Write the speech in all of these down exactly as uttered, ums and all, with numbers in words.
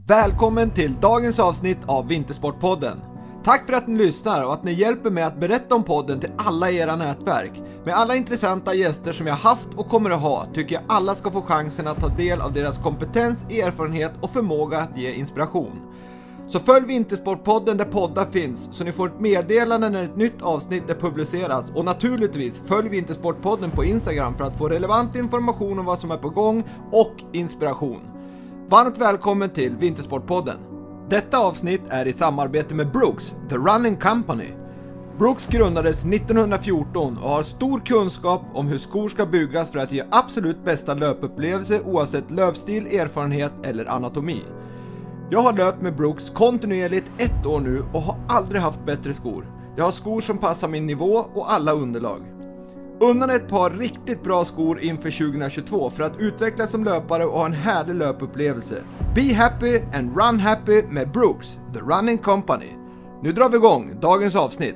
Välkommen till dagens avsnitt av Vintersportpodden. Tack för att ni lyssnar och att ni hjälper mig att berätta om podden till alla era nätverk. Med alla intressanta gäster som jag haft och kommer att ha tycker jag alla ska få chansen att ta del av deras kompetens, erfarenhet och förmåga att ge inspiration. Så följ Vintersportpodden där poddar finns så ni får ett meddelande när ett nytt avsnitt är publiceras. Och naturligtvis följ Vintersportpodden på Instagram för att få relevant information om vad som är på gång och inspiration. Varmt välkommen till Vintersportpodden. Detta avsnitt är i samarbete med Brooks, The Running Company. Brooks grundades nittonhundrafjorton och har stor kunskap om hur skor ska byggas för att ge absolut bästa löpupplevelse oavsett löpstil, erfarenhet eller anatomi. Jag har löpt med Brooks kontinuerligt ett år nu och har aldrig haft bättre skor. Jag har skor som passar min nivå och alla underlag. Unna ett par riktigt bra skor inför tjugohundratjugotvå för att utvecklas som löpare och ha en härlig löpupplevelse. Be happy and run happy med Brooks, The Running Company. Nu drar vi igång dagens avsnitt.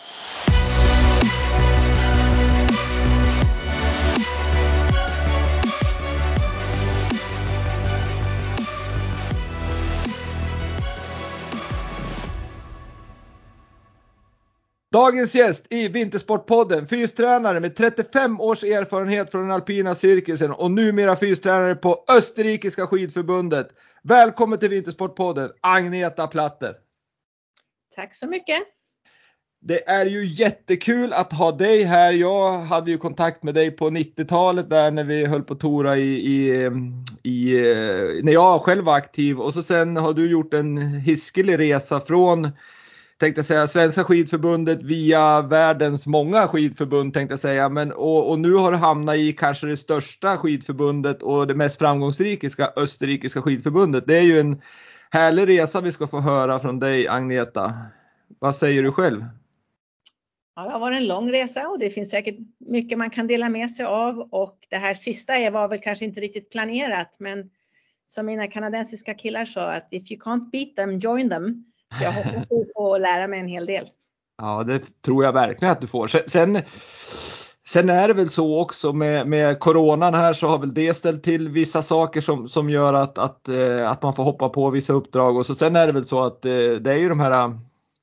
Dagens gäst i Vintersportpodden, fystränare med trettiofem års erfarenhet från den alpina cirkusen och numera fystränare på Österrikiska skidförbundet. Välkommen till Vintersportpodden, Agneta Platter. Tack så mycket. Det är ju jättekul att ha dig här. Jag hade ju kontakt med dig på nittiotalet där när vi höll på Tora i, i, i, när jag själv var aktiv. Och så sen har du gjort en hiskelig resa från, tänkte jag säga, Svenska skidförbundet via världens många skidförbund tänkte jag säga. Men, och, och nu har du hamnat i kanske det största skidförbundet och det mest framgångsrika Österrikiska skidförbundet. Det är ju en härlig resa vi ska få höra från dig, Agneta. Vad säger du själv? Ja, det har varit en lång resa och det finns säkert mycket man kan dela med sig av. Och det här sista var väl kanske inte riktigt planerat. Men som mina kanadensiska killar sa, att if you can't beat them, join them. Så jag hoppas på att lära mig en hel del. Ja, det tror jag verkligen att du får. Sen, sen är det väl så också med, med coronan här, så har väl det ställt till vissa saker som, som gör att, att, att man får hoppa på vissa uppdrag. Och så sen är det väl så att det är ju de här,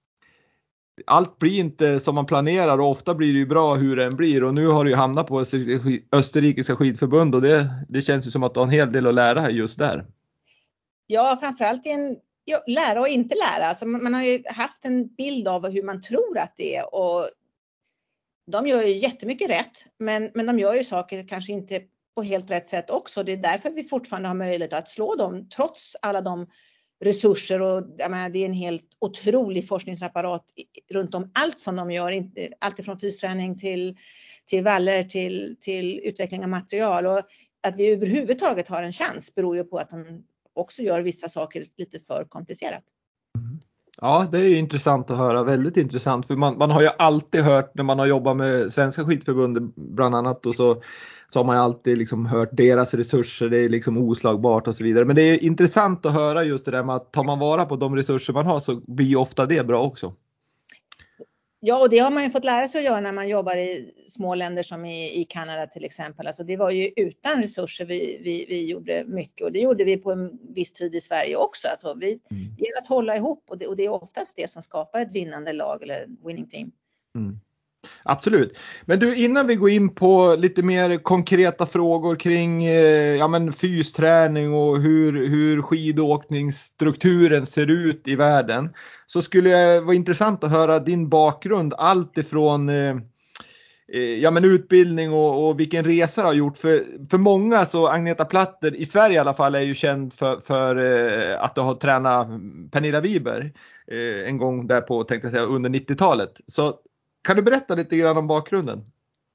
allt blir inte som man planerar och ofta blir det ju bra hur den blir. Och nu har du ju hamnat på Österrikiska skidförbund och det, det känns ju som att du har en hel del att lära just där. Ja, framförallt i en Ja, lära och inte lära. Alltså man, man har ju haft en bild av hur man tror att det är. Och de gör ju jättemycket rätt. Men, men de gör ju saker kanske inte på helt rätt sätt också. Det är därför vi fortfarande har möjlighet att slå dem. Trots alla de resurser. Och jag menar, det är en helt otrolig forskningsapparat runt om allt som de gör. Allt ifrån fysträning till, till valler till, till utveckling av material. Och att vi överhuvudtaget har en chans beror ju på att de också gör vissa saker lite för komplicerat. Ja, det är ju intressant att höra. Väldigt intressant. För man, man har ju alltid hört när man har jobbat med Svenska skidförbundet bland annat. Och så, så har man ju alltid liksom hört deras resurser. Det är liksom oslagbart och så vidare. Men det är intressant att höra just det där med att tar man vara på de resurser man har så blir ofta det bra också. Ja, och det har man ju fått lära sig att göra när man jobbar i små länder som i, i Kanada till exempel. Alltså det var ju utan resurser vi, vi, vi gjorde mycket. Och det gjorde vi på en viss tid i Sverige också. Alltså vi, mm. Det gäller att hålla ihop och det, och det är oftast det som skapar ett vinnande lag eller winning team. Mm. Absolut. Men du, innan vi går in på lite mer konkreta frågor kring eh, ja, men fysträning och hur, hur skidåkningsstrukturen ser ut i världen, så skulle det vara intressant att höra din bakgrund, allt ifrån eh, ja, men utbildning och, och vilken resa du har gjort. För, för många så Agneta Platter, i Sverige i alla fall, är ju känd för, för eh, att du har tränat Pernilla Wiberg eh, en gång där på, tänkte jag säga, under nittiotalet. Så kan du berätta lite grann om bakgrunden?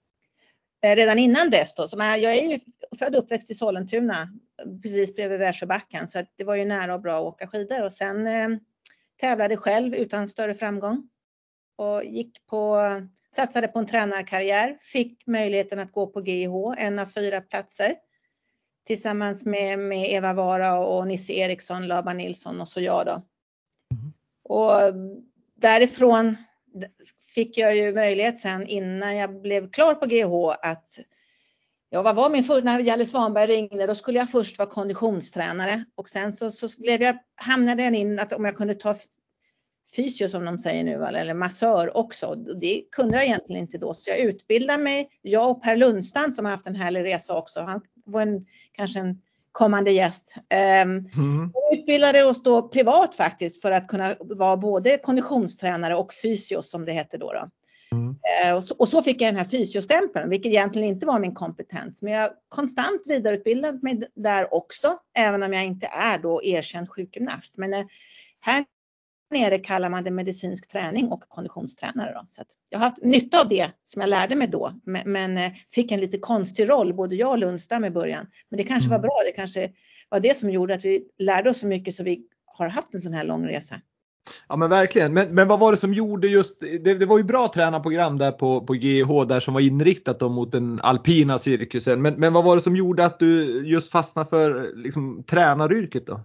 Redan innan dess då, som är, jag är ju född och uppväxt i Sollentuna, precis bredvid Värsjöbacken, så att det var ju nära och bra att åka skidor. Och sen eh, tävlade själv utan större framgång och gick på, satsade på en tränarkarriär, fick möjligheten att gå på G I H, en av fyra platser, tillsammans med, med Eva Vara och Nisse Eriksson, Laban Nilsson och så jag då. Mm. Och därifrån fick jag ju möjlighet sen innan jag blev klar på G H att Ja, vad var min första, när Jalle Svanberg ringde, då skulle jag först vara konditionstränare. Och sen så, så blev jag, hamnade jag in att om jag kunde ta fysio som de säger nu, eller massör också. Det kunde jag egentligen inte då. Så jag utbildade mig, jag och Per Lundstrand som har haft en härlig resa också. Han var en, kanske en kommande gäst. Mm. Vi utbildade oss då privat faktiskt för att kunna vara både konditionstränare och fysio som det hette då. då. Mm. Och, så, och så fick jag den här fysiostämpeln, vilket egentligen inte var min kompetens. Men jag har konstant vidareutbildat mig där också, även om jag inte är då erkänd sjukgymnast. Men här nere kallar man det medicinsk träning och konditionstränare. Då. Så att jag har haft nytta av det som jag lärde mig då. Men, men fick en lite konstig roll, både jag och Lundstam i början. Men det kanske var bra, det kanske var det som gjorde att vi lärde oss så mycket så vi har haft en sån här lång resa. Ja men verkligen, men, men vad var det som gjorde just, det, det var ju bra tränarprogram där på, på G H där som var inriktat då mot den alpina cirkusen. Men, men vad var det som gjorde att du just fastnade för liksom, tränaryrket då?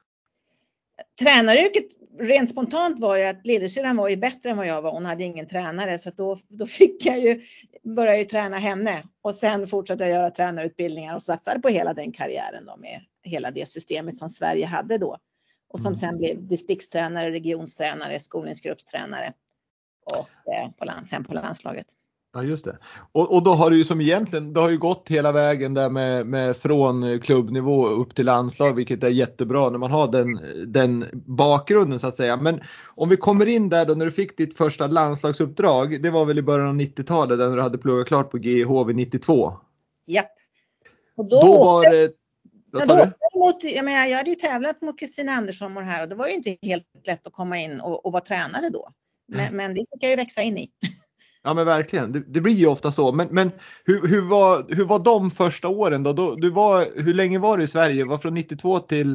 Tränaryrket rent spontant var ju att lillsyrran var ju bättre än vad jag var. Hon hade ingen tränare så att då, då fick jag ju börja ju träna henne. Och sen fortsatte jag göra tränarutbildningar och satsade på hela den karriären då med hela det systemet som Sverige hade då. Och som sen blev distriktstränare, regionstränare, skolningsgruppstränare och eh, på land, sen på landslaget. Ja just det. Och, och då har du ju som egentligen, det har ju gått hela vägen där med, med från klubbnivå upp till landslag, vilket är jättebra när man har den, den bakgrunden så att säga. Men om vi kommer in där då när du fick ditt första landslagsuppdrag, det var väl i början av nittiotalet när du hade pluggat klart på G H V nittiotvå? Japp. Och då, då var det... Ja, då, mot, jag, menar, jag hade ju tävlat mot Kristina Andersson och här och det var ju inte helt lätt att komma in och, och vara tränare då. Men, men det fick jag ju växa in i. Ja men verkligen, det, det blir ju ofta så. Men, men hur, hur, var, hur var de första åren då? då du var, hur länge var du i Sverige? Var från nittiotvå till?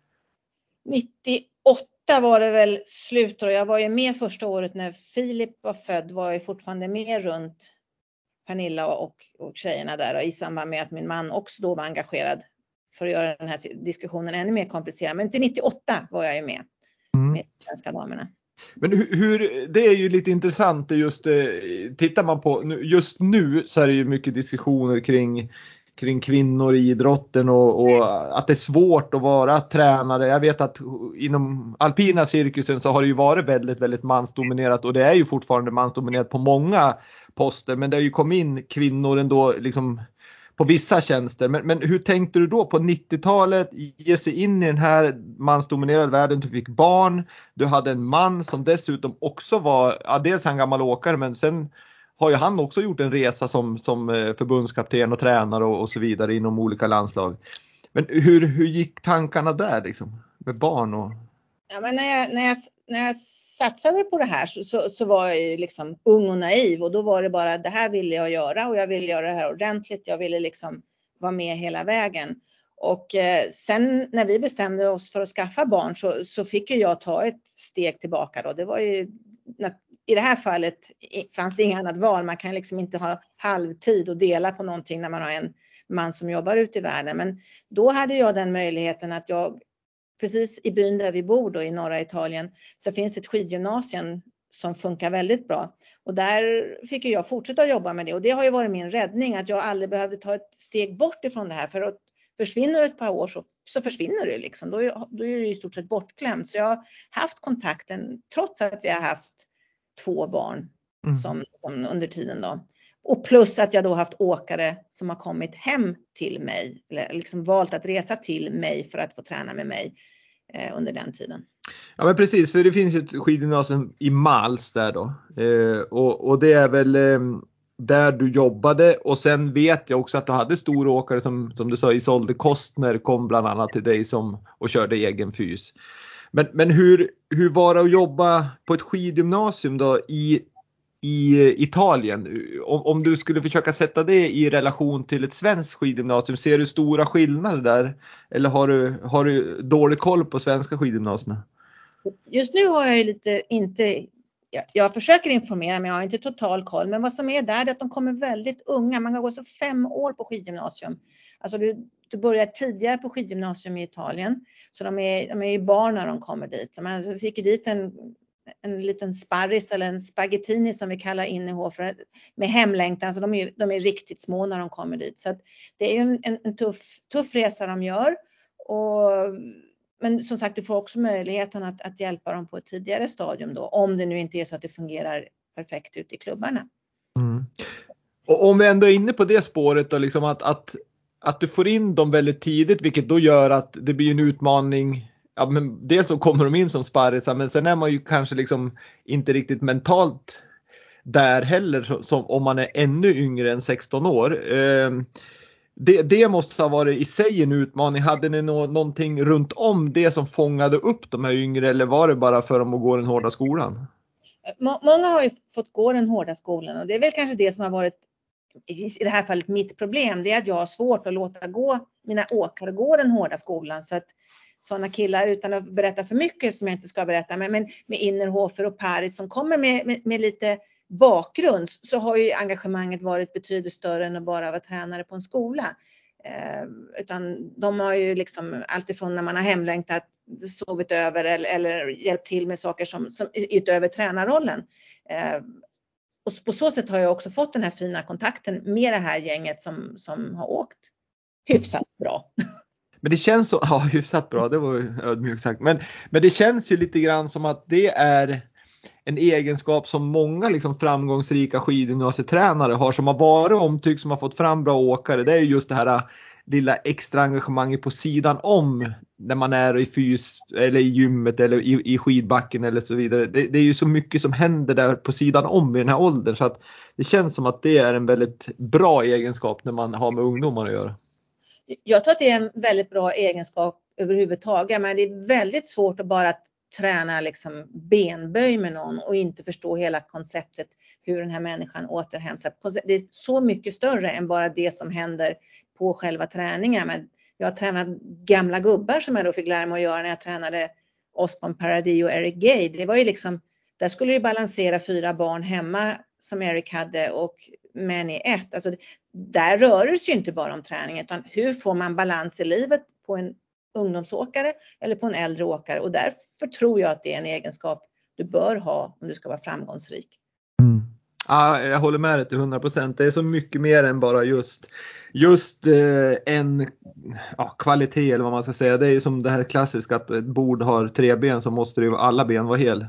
nittioåtta var det väl slut och jag var ju med första året när Filip var född. Var jag fortfarande med runt Pernilla och, och tjejerna där. Och i samband med att min man också då var engagerad. För att göra den här diskussionen ännu mer komplicerad. Men till nittioåtta var jag ju med. Mm. Med svenska damerna. Men hur, hur, det är ju lite intressant just, tittar man på, just nu så är det ju mycket diskussioner kring, kring kvinnor i idrotten och, och att det är svårt att vara tränare. Jag vet att inom alpina cirkusen så har det ju varit väldigt, väldigt mansdominerat och det är ju fortfarande mansdominerat på många poster. Men det har ju kommit in kvinnor ändå liksom på vissa tjänster. Men, men hur tänkte du då på nittiotalet ge sig in i den här mansdominerade världen? Du fick barn, du hade en man som dessutom också var, ja, dels en gammal åkare men sen har ju han också gjort en resa som, som förbundskapten och tränare och, och så vidare inom olika landslag. Men hur, hur gick tankarna där liksom med barn? Och... Ja, men när jag, när jag, när jag satsade på det här så, så, så var jag ju liksom ung och naiv och då var det bara det här ville jag göra och jag ville göra det här ordentligt. Jag ville liksom vara med hela vägen. Och eh, sen när vi bestämde oss för att skaffa barn så, så fick ju jag ta ett steg tillbaka då. Det var ju, i det här fallet fanns det inget annat val. Man kan liksom inte ha halvtid och dela på någonting när man har en man som jobbar ute i världen. Men då hade jag den möjligheten att jag, precis i byn där vi bor då i norra Italien, så finns det ett skidgymnasium som funkar väldigt bra. Och där fick jag fortsätta jobba med det. Och det har ju varit min räddning att jag aldrig behövde ta ett steg bort ifrån det här. För att försvinner ett par år så, så försvinner det liksom. Då är, då är det i stort sett bortklämt. Så jag har haft kontakten trots att vi har haft två barn mm. som, som under tiden då. Och plus att jag då haft åkare som har kommit hem till mig. Eller liksom valt att resa till mig för att få träna med mig eh, under den tiden. Ja men precis, för det finns ju ett skidgymnasium i Mals där då. Eh, och, och det är väl eh, där du jobbade. Och sen vet jag också att du hade stora åkare som, som du sa, Isolde Kostner kom bland annat till dig som, och körde egen fys. Men, men hur, hur var det att jobba på ett skidgymnasium då i i Italien? Om, om du skulle försöka sätta det i relation till ett svenskt skidgymnasium, ser du stora skillnader där? Eller har du, har du dålig koll på svenska skidgymnasierna? Just nu har jag ju lite inte, jag, jag försöker informera men jag har inte total koll. Men vad som är där är att de kommer väldigt unga. Man kan gå så fem år på skidgymnasium. Alltså du, du börjar tidigare på skidgymnasium i Italien. Så de är, de är ju barn när de kommer dit. Så man fick ju dit en en liten sparris eller en spaghettini som vi kallar innehofer med hemlängtan. Så de är, de är riktigt små när de kommer dit. Så att det är ju en, en, en tuff, tuff resa de gör. Och, men som sagt, du får också möjligheten att, att hjälpa dem på ett tidigare stadium då. Om det nu inte är så att det fungerar perfekt ute i klubbarna. Mm. Och om vi ändå är inne på det spåret då, liksom att, att, att du får in dem väldigt tidigt, vilket då gör att det blir en utmaning. Ja, men dels så kommer de in som sparrisar, men sen är man ju kanske liksom inte riktigt mentalt där heller, som om man är ännu yngre än sexton år. Eh, det, det måste ha varit i sig en utmaning. Hade ni nå, någonting runt om det som fångade upp de här yngre, eller var det bara för dem att gå den hårda skolan? Må, många har ju fått gå den hårda skolan, och det är väl kanske det som har varit i det här fallet mitt problem. Det är att jag har svårt att låta gå mina åkare gå den hårda skolan, så att sådana killar, utan att berätta för mycket som jag inte ska berätta, men, men med Innerhofer och Paris som kommer med, med, med lite bakgrund, så har ju engagemanget varit betydligt större än att bara vara tränare på en skola. Eh, utan de har ju liksom alltifrån när man har hemlängtat, sovit över eller, eller hjälpt till med saker som, som utöver tränarrollen. Eh, och på så sätt har jag också fått den här fina kontakten med det här gänget som, som har åkt hyfsat bra. Men det känns så, ja, hyfsat bra, det var ödmjukt sagt. Men, men det känns ju lite grann som att det är en egenskap som många liksom framgångsrika skidgymnasietränare har, som har varit omtyckt, som har fått fram bra åkare. Det är ju just det här lilla extra engagemanget på sidan om när man är i fys eller i gymmet eller i, i skidbacken eller så vidare. Det, det är ju så mycket som händer där på sidan om i den här åldern, så att det känns som att det är en väldigt bra egenskap när man har med ungdomar att göra. Jag tror att det är en väldigt bra egenskap överhuvudtaget, men det är väldigt svårt att bara träna liksom benböj med någon och inte förstå hela konceptet hur den här människan återhämtar. Det är så mycket större än bara det som händer på själva träningen. Men jag har tränat gamla gubbar som jag då fick lära mig att göra när jag tränade Osborne Paradis och Eric Gay. Det var ju liksom, där skulle ju balansera fyra barn hemma som Eric hade och män i ett. Alltså, där rör det sig ju inte bara om träning, utan hur får man balans i livet på en ungdomsåkare eller på en äldre åkare. Och därför tror jag att det är en egenskap du bör ha om du ska vara framgångsrik. Mm. Ja, jag håller med dig till hundra procent. Det är så mycket mer än bara just, just eh, en ja, kvalitet eller vad man ska säga. Det är ju som det här klassiska att ett bord har tre ben, så måste det ju alla ben vara hel.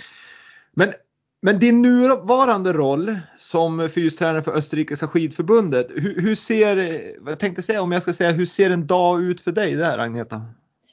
Men Men din nuvarande roll som fystränare för Österrikiska skidförbundet, hur, hur ser, jag tänkte säga om jag ska säga, hur ser en dag ut för dig där, Agneta?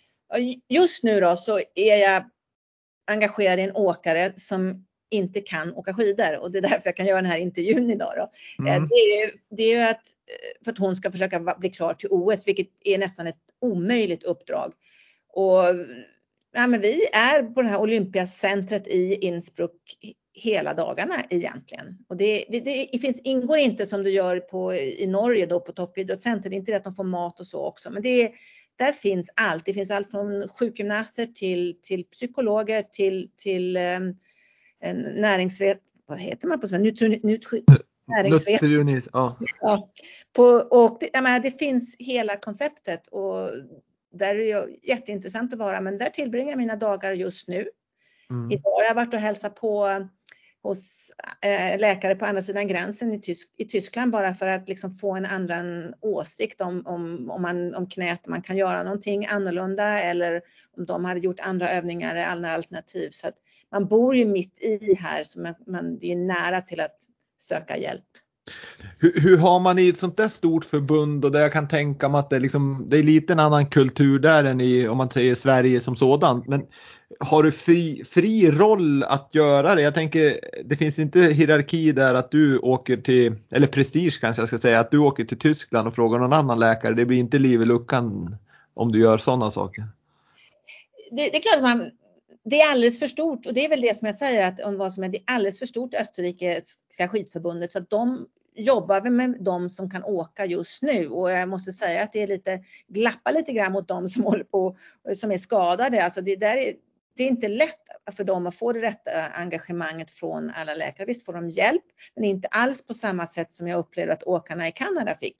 Just nu då så är jag engagerad i en åkare som inte kan åka skidor, och det är därför jag kan göra den här intervjun idag då. Mm. Det är ju, det är ju att, för att hon ska försöka bli klar till O S, vilket är nästan ett omöjligt uppdrag. Och ja, men vi är på det här Olympiacentret i Innsbruck hela dagarna egentligen. Och det, det, det finns, ingår inte som du gör på, i Norge då på toppidrottscenter. Det är inte det att de får mat och så också. Men det, där finns allt. Det finns allt från sjukgymnaster till, till psykologer till, till um, näringsvet... Vad heter man på svenska? Nutri, nutri, näringsvet. Nutritionist, ja. Ja. På, och det, jag menar, det finns hela konceptet. Och där är det jätteintressant att vara. Men där tillbringar jag mina dagar just nu. Mm. Idag har jag varit och hälsat på hos äh, läkare på andra sidan gränsen i, Tysk, i Tyskland, bara för att liksom få en annan åsikt om, om, om, man, om knät, man kan göra någonting annorlunda, eller om de hade gjort andra övningar eller andra alternativ. Så att man bor ju mitt i här, så man, man det är nära till att söka hjälp. Hur, hur har man i ett sånt där stort förbund, och där jag kan tänka mig att det är, liksom, det är lite en annan kultur där än i, om man säger Sverige som sådant, men har du fri, fri roll att göra det? Jag tänker, det finns inte hierarki där att du åker till, eller prestige kanske jag ska säga, att du åker till Tyskland och frågar någon annan läkare. Det blir inte liv i luckan om du gör sådana saker. Det, det är klart att man, det är alldeles för stort, och det är väl det som jag säger, att om vad som är, det är alldeles för stort Österrikiska skidförbundet, så att de jobbar med de som kan åka just nu, och jag måste säga att det är lite glappa lite grann mot de som håller på, som är skadade. Alltså det där är, det är inte lätt för dem att få det rätta engagemanget från alla läkare. Visst får de hjälp, men inte alls på samma sätt som jag upplevde att åkarna i Kanada fick.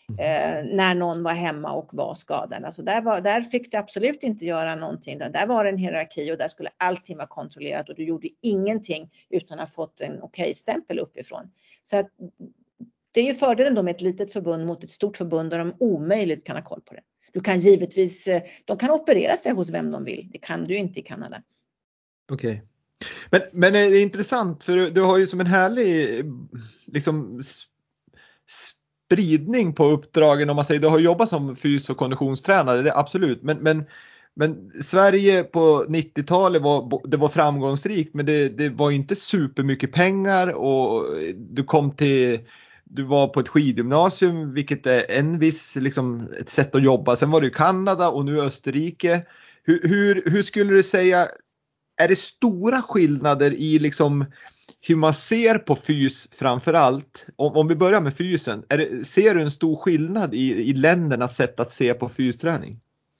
Eh, när någon var hemma och var skadad. Alltså där, var, där fick du absolut inte göra någonting. Där var det en hierarki och där skulle allting vara kontrollerat och du gjorde ingenting utan att ha fått en okej-stämpel uppifrån. Så att, det är ju fördelen då med ett litet förbund mot ett stort förbund där de omöjligt kan ha koll på det. Du kan givetvis, de kan operera sig hos vem de vill. Det kan du inte i Kanada. Okej. Okay. Men, men det är intressant för du har ju som en härlig liksom spridning på uppdragen, om man säger du har jobbat som fys- och konditionstränare, det är absolut, men, men, men Sverige på nittiotalet var, det var framgångsrikt, men det, det var inte supermycket pengar och du kom till, du var på ett skidgymnasium, vilket är en viss liksom, ett sätt att jobba, sen var det Kanada och nu Österrike. Hur, hur, hur skulle du säga, är det stora skillnader i liksom hur man ser på fys framför allt? Om, om vi börjar med fysen, är det, ser du en stor skillnad i, i ländernas sätt att se på fysträning?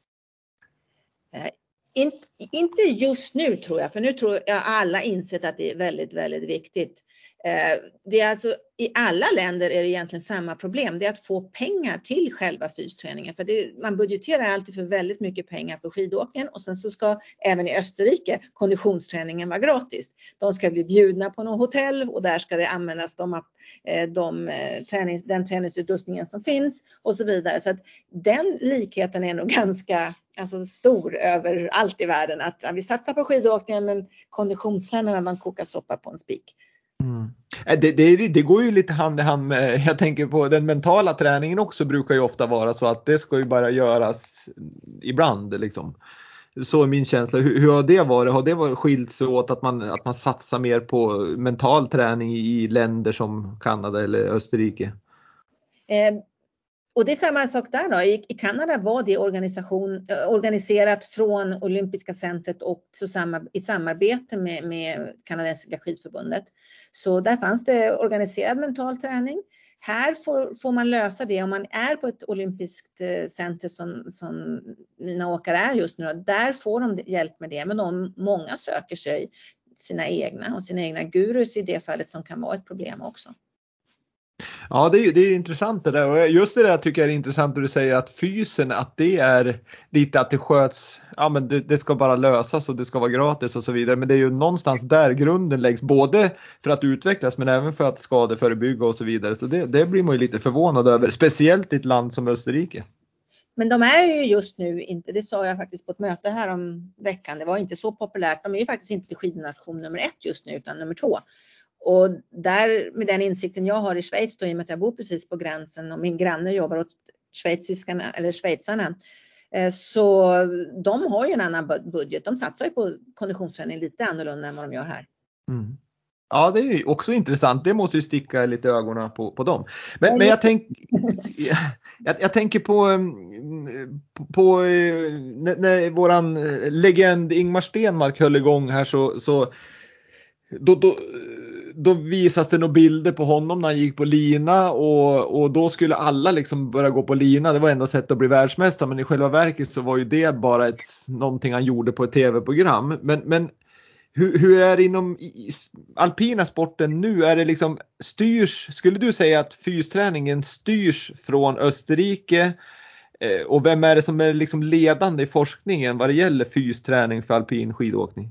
Eh, inte, inte just nu tror jag, för nu tror jag alla insett att det är väldigt, väldigt viktigt. Eh, det är alltså, i alla länder är det egentligen samma problem. Det är att få pengar till själva fysträningen. För det, man budgeterar alltid för väldigt mycket pengar för skidåkningen. Och sen så ska även i Österrike konditionsträningen vara gratis. De ska bli bjudna på något hotell och där ska det användas de, de, tränings, den träningsutrustningen som finns och så vidare. Så att den likheten är nog ganska alltså, stor överallt i världen. Att ja, vi satsar på skidåkningen men konditionstränarna man kokar soppa på en spik. Mm. Det, det, det går ju lite hand i hand med, jag tänker på den mentala träningen också, brukar ju ofta vara så att det ska ju bara göras ibland liksom. Så är min känsla. Hur, hur har det varit? Har det varit skilt sig åt att man, att man satsar mer på mental träning i länder som Kanada eller Österrike? Eh. Och det är samma sak där då. I, i Kanada var det organisation, eh, organiserat från Olympiska centret och så samma, i samarbete med, med Kanadensiska skidförbundet. Så där fanns det organiserad mental träning. Här får, får man lösa det om man är på ett olympiskt eh, center som, som mina åkare är just nu. Där får de hjälp med det. Men de, många söker sig sina egna och sina egna gurus i det fallet som kan vara ett problem också. Ja, det är, det är intressant det där. Och just det där tycker jag är intressant när du säger att fysen, att det är lite att det sköts, ja men det, det ska bara lösas och det ska vara gratis och så vidare. Men det är ju någonstans där grunden läggs, både för att utvecklas men även för att skadeförebygga och så vidare. Så det, det blir man ju lite förvånad över, speciellt i ett land som Österrike. Men de är ju just nu inte, det sa jag faktiskt på ett möte här om veckan, det var inte så populärt. De är ju faktiskt inte skidnation nummer ett just nu utan nummer två. Och där med den insikten jag har i Schweiz då, i och med att jag bor precis på gränsen och min granne jobbar åt schweiziskarna eller schweizarna. Så de har ju en annan budget. De satsar ju på konditionsträning lite annorlunda än vad de gör här. Mm. Ja, det är ju också intressant. Det måste ju sticka lite ögonen på, på dem. Men, men jag, tänk, jag, jag tänker på, på, på när, när våran legend Ingmar Stenmark höll igång här så, så Då, då, då visas det några bilder på honom när han gick på lina och, och då skulle alla liksom börja gå på lina. Det var enda sättet att bli världsmästare, men i själva verket så var ju det bara ett, någonting han gjorde på ett tv-program. Men, men hur, hur är det inom alpina sporten nu? Är det liksom styrs, skulle du säga att fysträningen styrs från Österrike? Och vem är det som är liksom ledande i forskningen vad det gäller fysträning för alpin skidåkning?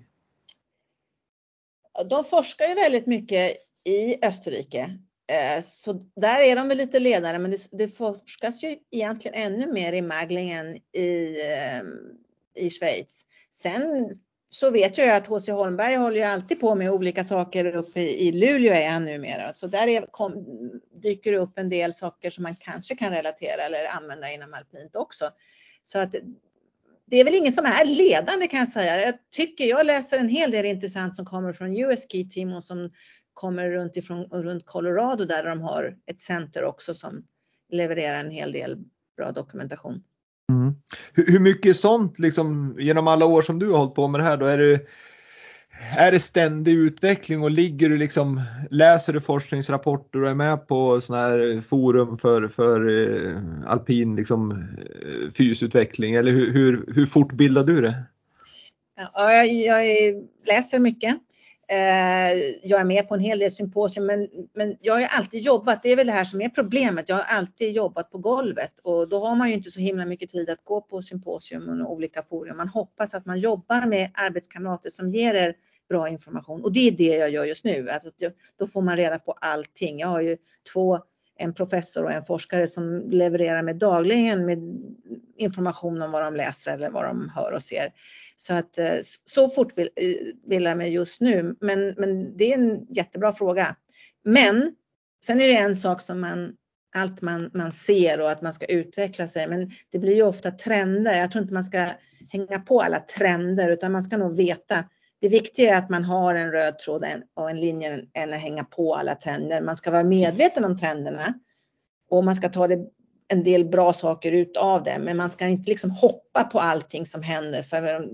De forskar ju väldigt mycket i Österrike. Så där är de väl lite ledare. Men det, det forskas ju egentligen ännu mer i Maglingen i, i Schweiz. Sen så vet jag att H C Holmberg håller ju alltid på med olika saker uppe i, i Luleå är han numera. Så där är, kom, dyker det upp en del saker som man kanske kan relatera eller använda inom alpint också. Så att det är väl ingen som är ledande kan jag säga. Jag tycker jag läser en hel del intressant som kommer från U S Ski Team och som kommer runt ifrån runt Colorado där de har ett center också som levererar en hel del bra dokumentation. Mm. Hur, hur mycket sånt liksom genom alla år som du har hållit på med det här då är det är det ständig utveckling och ligger du liksom läser du forskningsrapporter och är med på såna här forum för för eh, alpin liksom fysutveckling eller hur hur hur fortbildar du det? Ja, jag, jag läser mycket. Eh, jag är med på en hel del symposium, men, men jag har alltid jobbat, det är väl det här som är problemet, jag har alltid jobbat på golvet och då har man ju inte så himla mycket tid att gå på symposium och olika forum. Man hoppas att man jobbar med arbetskamrater som ger er bra information och det är det jag gör just nu. Alltså, då får man reda på allting. Jag har ju två, en professor och en forskare som levererar med dagligen med information om vad de läser eller vad de hör och ser. Så att så fort vill, vill jag mig just nu. Men, men det är en jättebra fråga. Men sen är det en sak som man, allt man, man ser och att man ska utveckla sig. Men det blir ju ofta trender. Jag tror inte man ska hänga på alla trender utan man ska nog veta. Det viktiga är att man har en röd tråd och en linje än att hänga på alla trender. Man ska vara medveten om trenderna och man ska ta det, en del bra saker ut av det. Men man ska inte liksom hoppa på allting som händer. För de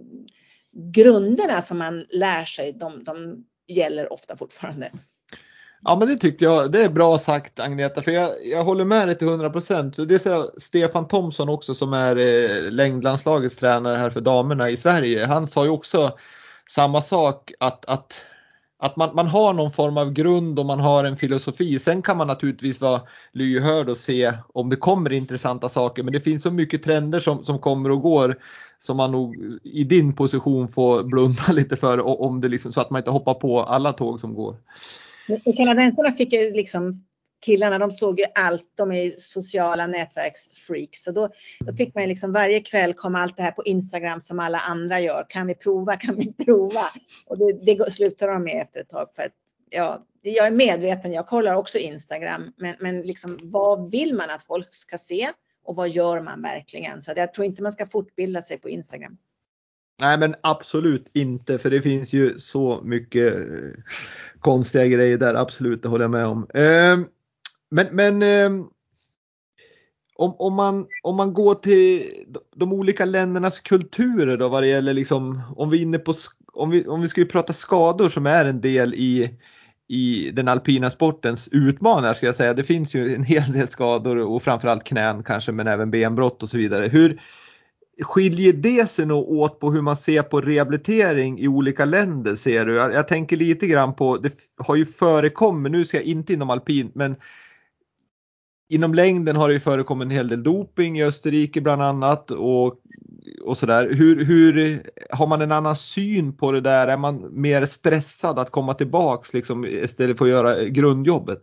grunderna som man lär sig, de, de gäller ofta fortfarande. Ja, men det tyckte jag, det är bra sagt Agneta, för jag, jag håller med dig till hundra procent. Det är Stefan Thomsson också som är eh, längdlandslagets tränare här för damerna i Sverige. Han sa ju också samma sak, att, att, att man, man har någon form av grund och man har en filosofi. Sen kan man naturligtvis vara lyhörd och se om det kommer intressanta saker. Men det finns så mycket trender som, som kommer och går som man nog i din position får blunda lite för, om det liksom, så att man inte hoppar på alla tåg som går. I kanadensarna fick ju liksom, killarna de såg ju allt, de är sociala nätverksfreaks. Så då, då fick man ju liksom varje kväll komma allt det här på Instagram som alla andra gör. Kan vi prova, kan vi prova? Och det, det slutar de med efter ett tag för att ja, jag är medveten, jag kollar också Instagram. Men, men liksom, vad vill man att folk ska se och vad gör man verkligen? Så jag tror inte man ska fortbilda sig på Instagram. Nej, men absolut inte, för det finns ju så mycket konstiga grejer där, absolut, det håller jag med om. Eh, men men eh, om, om, man, om man går till de olika ländernas kulturer då, vad det gäller liksom, om vi är inne på, om vi, om vi ska prata skador som är en del i, i den alpina sportens utmaningar, ska jag säga. Det finns ju en hel del skador och framförallt knän kanske, men även benbrott och så vidare. Hur skiljer det sig nog åt på hur man ser på rehabilitering i olika länder, ser du? Jag, jag tänker lite grann på, det har ju förekommit, nu ska jag inte inom alpin, men inom längden har det ju förekommit en hel del doping i Österrike bland annat och, och sådär. Hur, hur har man en annan syn på det där? Är man mer stressad att komma tillbaks liksom, istället för att göra grundjobbet?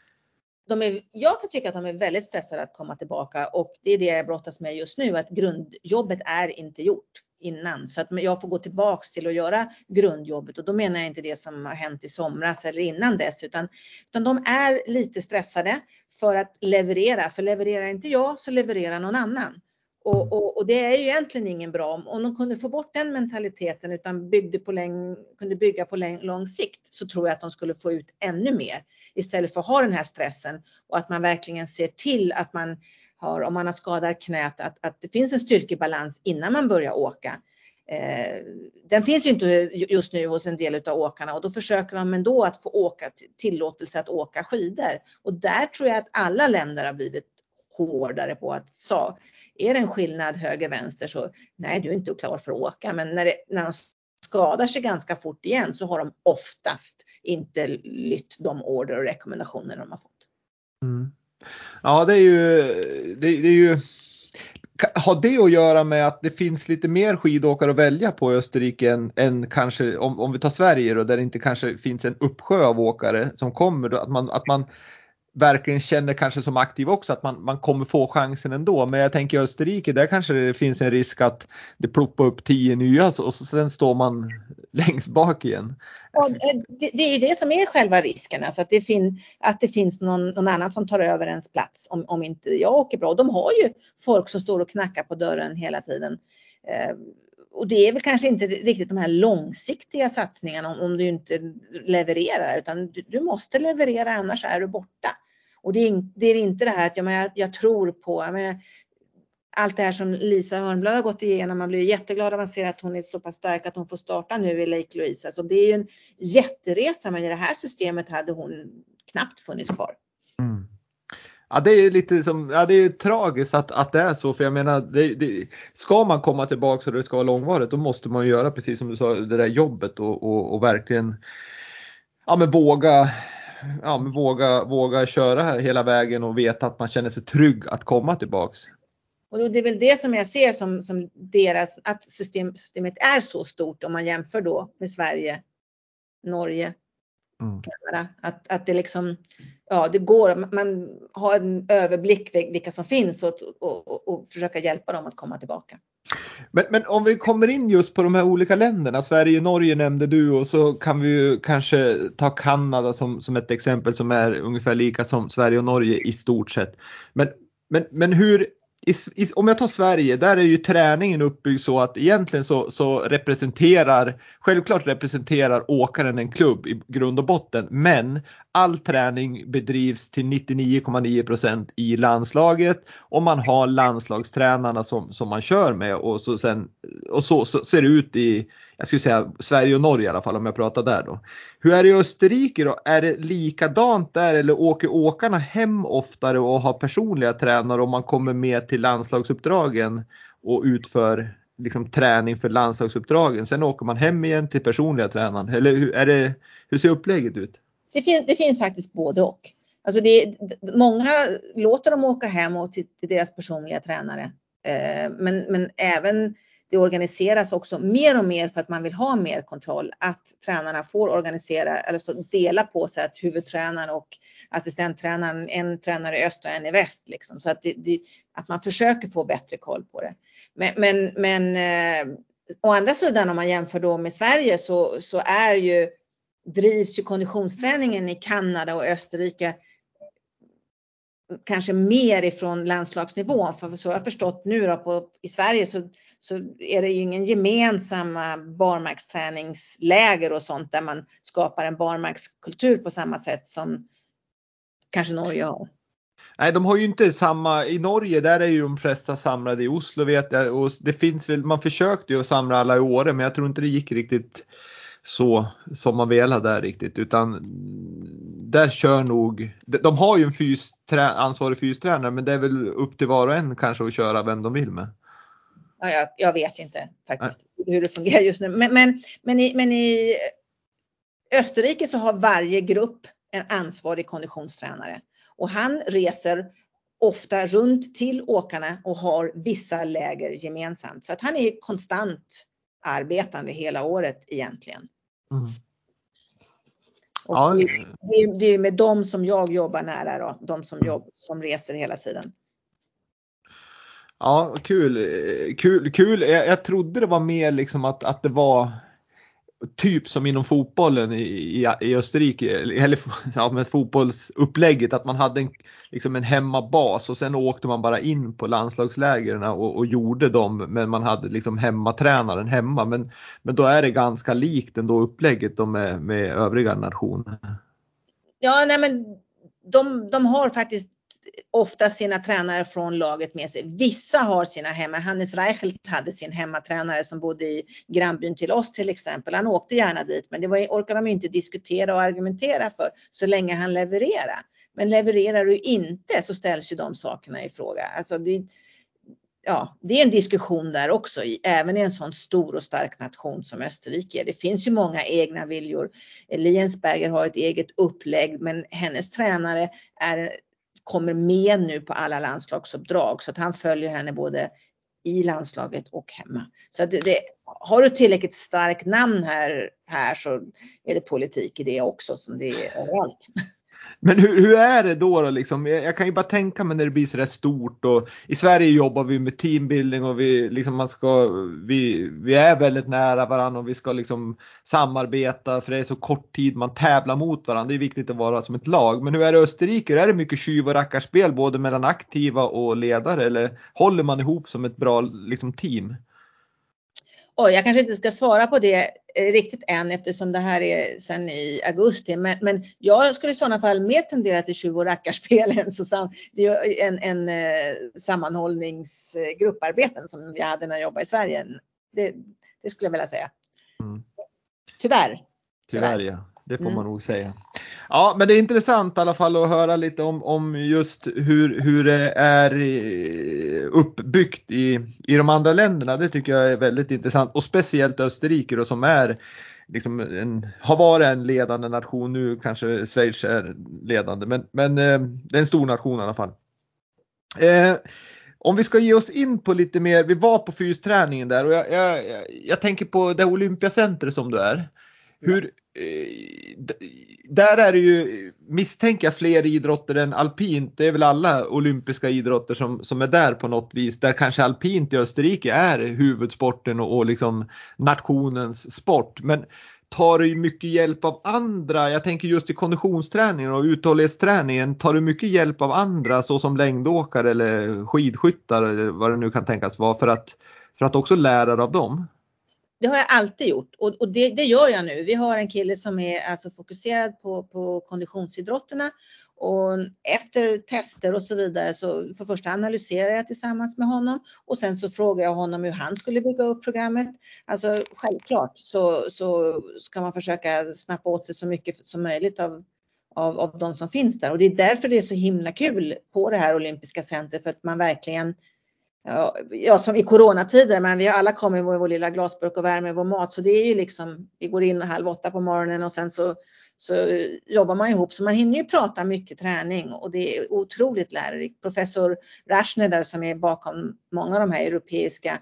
De är, jag kan tycka att de är väldigt stressade att komma tillbaka och det är det jag brottas med just nu, att grundjobbet är inte gjort innan. Så att jag får gå tillbaks till att göra grundjobbet och då menar jag inte det som har hänt i somras eller innan dess utan, utan de är lite stressade för att leverera. För levererar inte jag så levererar någon annan. Och, och, och det är ju egentligen ingen bra. Om de kunde få bort den mentaliteten utan byggde på läng, kunde bygga på läng, lång sikt så tror jag att de skulle få ut ännu mer. Istället för att ha den här stressen och att man verkligen ser till att man har, om man har skadat knät, att, att det finns en styrkebalans innan man börjar åka. Eh, den finns ju inte just nu hos en del av åkarna och då försöker de ändå att få åka, tillåtelse att åka skidor. Och där tror jag att alla länder har blivit hårdare på att så, är det en skillnad höger-vänster så nej, du är inte klar för att åka. Men när, det, när de skadar sig ganska fort igen så har de oftast inte lytt de order och rekommendationer de har fått. Mm. Ja, det är ju, det, det är ju, har det att göra med att det finns lite mer skidåkare att välja på i Österrike än, än kanske, om, om vi tar Sverige då, där det inte kanske finns en uppsjö av åkare som kommer då, att man, att man verkligen känner kanske som aktiv också att man, man kommer få chansen ändå. Men jag tänker i Österrike, där kanske det finns en risk att det ploppar upp tio nya och så, sen står man längst bak igen. Ja, det, det är ju det som är själva risken. Alltså att, det fin, att det finns någon, någon annan som tar över ens plats om, om inte jag åker bra. De har ju folk som står och knackar på dörren hela tiden. Eh, och det är väl kanske inte riktigt de här långsiktiga satsningarna om, om du inte levererar. Utan du, du måste leverera, annars är du borta. Och det är, det är inte det här att jag, jag, jag tror på, jag menar, allt det här som Lisa Hörnblad har gått igenom. Man blir jätteglad när man ser att hon är så pass stark att hon får starta nu i Lake Louise. Så det är ju en jätteresa, men i det här systemet hade hon knappt funnits kvar. Mm. Ja, det är lite som, ja, det är tragiskt att, att det är så, för jag menar, det, det, ska man komma tillbaka och det ska vara långvarigt, då måste man ju göra precis som du sa, det där jobbet och, och, och verkligen, ja men våga, ja men våga, våga köra hela vägen och veta att man känner sig trygg att komma tillbaks. Och det är väl det som jag ser som, som deras, att system, systemet är så stort om man jämför då med Sverige, Norge, mm. Kanada. Att, att det liksom, ja det går, man har en överblick vilka som finns och, och, och, och försöka hjälpa dem att komma tillbaka. Men, men om vi kommer in just på de här olika länderna, Sverige och Norge nämnde du, och så kan vi ju kanske ta Kanada som, som ett exempel som är ungefär lika som Sverige och Norge i stort sett. Men, men, men hur, i, i, om jag tar Sverige, där är ju träningen uppbyggd så att egentligen så, så representerar, självklart representerar åkaren en klubb i grund och botten, men all träning bedrivs till nittionio komma nio procent i landslaget och man har landslagstränarna som, som man kör med, och så, sen, och så, så ser det ut i, jag skulle säga Sverige och Norge i alla fall om jag pratar där då. Hur är det i Österrike då? Är det likadant där, eller åker åkarna hem oftare och har personliga tränare om man kommer med till landslagsuppdragen och utför liksom träning för landslagsuppdragen? Sen åker man hem igen till personliga tränaren, eller hur, är det, hur ser upplägget ut? Det finns, det finns faktiskt både och. Alltså det, många låter dem åka hem och till, till deras personliga tränare. Eh, men, men även det organiseras också mer och mer för att man vill ha mer kontroll. Att tränarna får organisera, eller så dela på sig att huvudtränaren och assistenttränaren, en tränare i öst och en i väst. Liksom. Så att, det, det, att man försöker få bättre koll på det. Men, men, men eh, å andra sidan om man jämför då med Sverige så, så är ju drivs ju konditionsträningen i Kanada och Österrike kanske mer ifrån landslagsnivån. För så jag har förstått nu då på, i Sverige så, så är det ju ingen gemensamma barmarksträningsläger och sånt där man skapar en barmarkskultur på samma sätt som kanske Norge har. Nej, de har ju inte samma, i Norge där är ju de flesta samlade i Oslo vet jag, och det finns väl, man försökte ju att samla alla i Åre, men jag tror inte det gick riktigt så som man vill ha där riktigt, utan där kör nog, de har ju en fys, trä, ansvarig fystränare, men det är väl upp till var och en kanske att köra vem de vill med. Ja, jag, jag vet inte faktiskt Nej. hur det fungerar just nu, men, men, men, i, men i Österrike så har varje grupp en ansvarig konditionstränare och han reser ofta runt till åkarna och har vissa läger gemensamt, så att han är konstant arbetande hela året egentligen. Mm. Och ja. det, är, det är med dem som jag jobbar nära då, de som, jobb, som reser hela tiden. Ja, kul. Kul, kul. Jag, jag trodde det var mer liksom att, att det var typ som inom fotbollen i, i, i Österrike, eller ja, med fotbollsupplägget, att man hade en, liksom en hemmabas och sen åkte man bara in på landslagslägren och, och gjorde dem, men man hade liksom hemmatränaren hemma, men, men då är det ganska likt ändå upplägget då med, med övriga nationer. Ja, nej men de, de har faktiskt ofta sina tränare från laget med sig. Vissa har sina hemma. Hannes Reichelt hade sin hemmatränare som bodde i grannbyn till oss till exempel. Han åkte gärna dit, men det var, orkade de inte diskutera och argumentera för så länge han levererade. Men levererar du inte så ställs ju de sakerna i fråga. Alltså det, ja, det är en diskussion där också, även i en sån stor och stark nation som Österrike. Det finns ju många egna viljor. Liensberger har ett eget upplägg, men hennes tränare är kommer med nu på alla landslagsuppdrag, så att han följer henne både i landslaget och hemma. Så att det, det, har du tillräckligt starkt namn här, här så är det politik i det också som det är överallt. Men hur, hur är det då, då liksom? Jag, jag kan ju bara tänka mig när det blir så där stort, och i Sverige jobbar vi med teambuilding och vi, liksom man ska, vi, vi är väldigt nära varandra och vi ska liksom samarbeta för det är så kort tid man tävlar mot varandra. Det är viktigt att vara som ett lag. Men hur är det i Österrike? Är det mycket tjuv- och rackarspel både mellan aktiva och ledare, eller håller man ihop som ett bra liksom, team? Oj, jag kanske inte ska svara på det eh, riktigt än eftersom det här är sen i augusti. Men, men jag skulle i sådana fall mer tendera till tjuv- och rackarspel än så sam, det är en, en eh, sammanhållningsgrupparbeten som vi hade när jag jobbade i Sverige. Det, det skulle jag vilja säga. Mm. Tyvärr. Tyvärr, ja. Det får mm. man nog säga. Ja, men det är intressant i alla fall att höra lite om, om just hur, hur det är uppbyggt i, i de andra länderna. Det tycker jag är väldigt intressant, och speciellt Österrike då, som är liksom en, har varit en ledande nation. Nu kanske Schweiz är ledande, men, men eh, det är en stor nation i alla fall. Eh, om vi ska ge oss in på lite mer, vi var på fysträningen där, och jag, jag, jag tänker på det Olympiacenter som du är. Hur, eh, där är det ju, misstänker jag, fler idrotter än alpint. Det är väl alla olympiska idrotter som, som är där på något vis. Där kanske alpint i Österrike är huvudsporten och, och liksom nationens sport. Men tar du mycket hjälp av andra? Jag tänker just i konditionsträningen och uthållighetsträningen. Tar du mycket hjälp av andra, så som längdåkare eller skidskyttar eller vad det nu kan tänkas vara, för att, för att också lära dig av dem? Det har jag alltid gjort, och, och det, det gör jag nu. Vi har en kille som är alltså fokuserad på, på konditionsidrotterna, och efter tester och så vidare så för första analyserar jag tillsammans med honom, och sen så frågar jag honom hur han skulle bygga upp programmet. Alltså självklart så, så ska man försöka snappa åt sig så mycket som möjligt av, av, av de som finns där, och det är därför det är så himla kul på det här olympiska centret, för att man verkligen, Ja, ja, som i coronatider, men vi har alla kommit med vår lilla glasburk och värmer vår mat, så det är ju liksom, vi går in halv åtta på morgonen och sen så, så jobbar man ihop, så man hinner ju prata mycket träning, och det är otroligt lärorikt. Professor Rashner där, som är bakom många av de här europeiska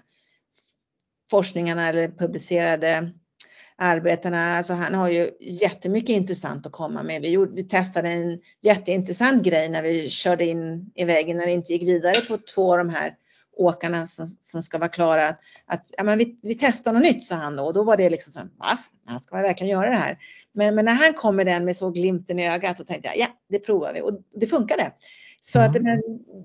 forskningarna eller publicerade arbetena, alltså han har ju jättemycket intressant att komma med. Vi, gjorde, vi testade en jätteintressant grej när vi körde in i vägen, när det inte gick vidare på två av de här åkarna som, som ska vara klara, att ja, men vi, vi testar något nytt, sa han då, och då var det liksom så, va? Han ska verkligen göra det här. Men, men när han kom med den med så glimten i ögat, så tänkte jag, ja, det provar vi, och det funkade. Så mm. att, men,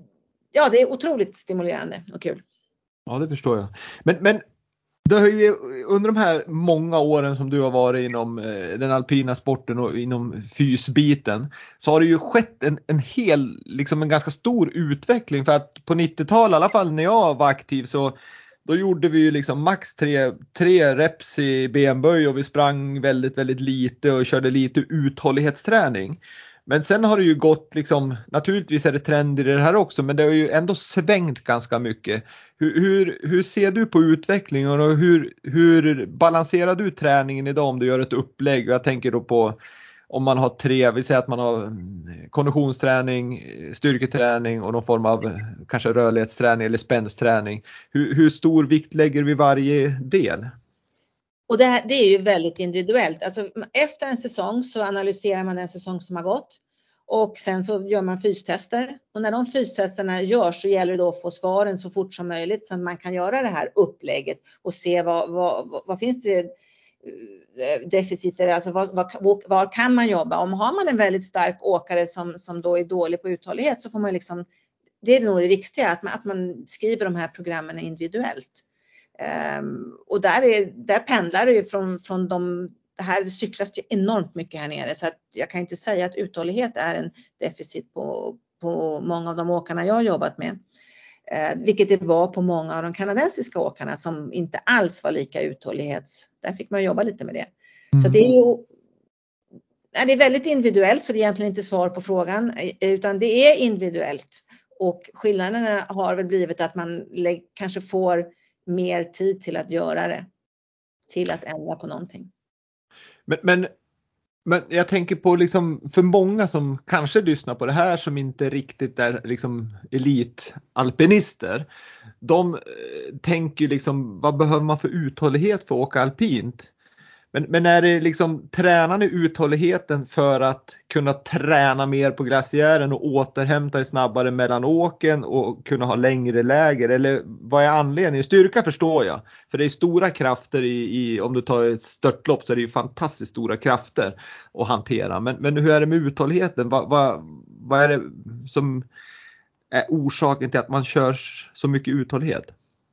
ja, det är otroligt stimulerande och kul. Ja, det förstår jag. Men, men det har ju, under de här många åren som du har varit inom eh, den alpina sporten och inom fysbiten, så har det ju skett en, en hel, liksom en ganska stor utveckling. För att på nittiotalet, i alla fall när jag var aktiv, så då gjorde vi ju liksom max tre, tre reps i benböj, och vi sprang väldigt, väldigt lite och körde lite uthållighetsträning. Men sen har det ju gått liksom, naturligtvis är det trend i det här också, men det har ju ändå svängt ganska mycket. Hur, hur, hur ser du på utvecklingen, och hur, hur balanserar du träningen idag om du gör ett upplägg? Jag tänker då på om man har tre, vi säger att man har konditionsträning, styrketräning och någon form av kanske rörlighetsträning eller spänsträning. Hur, hur stor vikt lägger vi varje del? Och det, här, det är ju väldigt individuellt. Alltså, efter en säsong så analyserar man den säsong som har gått. Och sen så gör man fystester. Och när de fystesterna görs så gäller det då att få svaren så fort som möjligt, så att man kan göra det här upplägget och se vad, vad, vad, vad finns det deficiter, alltså vad, vad, vad kan man jobba. Om har man en väldigt stark åkare som, som då är dålig på uthållighet, så får man liksom, det är nog det viktiga, att man, att man skriver de här programmen individuellt. Um, och där, är, där pendlar det ju från, från de, det här cyklas ju enormt mycket här nere, så att jag kan inte säga att uthållighet är en deficit på, på många av de åkarna jag har jobbat med, uh, vilket det var på många av de kanadensiska åkarna som inte alls var lika uthållighets, där fick man jobba lite med det. Mm. Så det är ju, det är väldigt individuellt, så det är egentligen inte svar på frågan, utan det är individuellt, och skillnaderna har väl blivit att man lä- kanske får mer tid till att göra det, till att ändra på någonting. Men, men, men jag tänker på liksom, för många som kanske lyssnar på det här, som inte riktigt är liksom elitalpinister, de eh, tänker liksom, vad behöver man för uthållighet för att åka alpint? Men, men är det liksom, tränar ni uthålligheten för att kunna träna mer på glaciären och återhämta dig snabbare mellan åken och kunna ha längre läger? Eller vad är anledningen? Styrka förstår jag, för det är stora krafter i, i om du tar ett störtlopp, så är det ju fantastiskt stora krafter att hantera. Men, men hur är det med uthålligheten? Vad, vad, vad är det som är orsaken till att man kör så mycket uthållighet?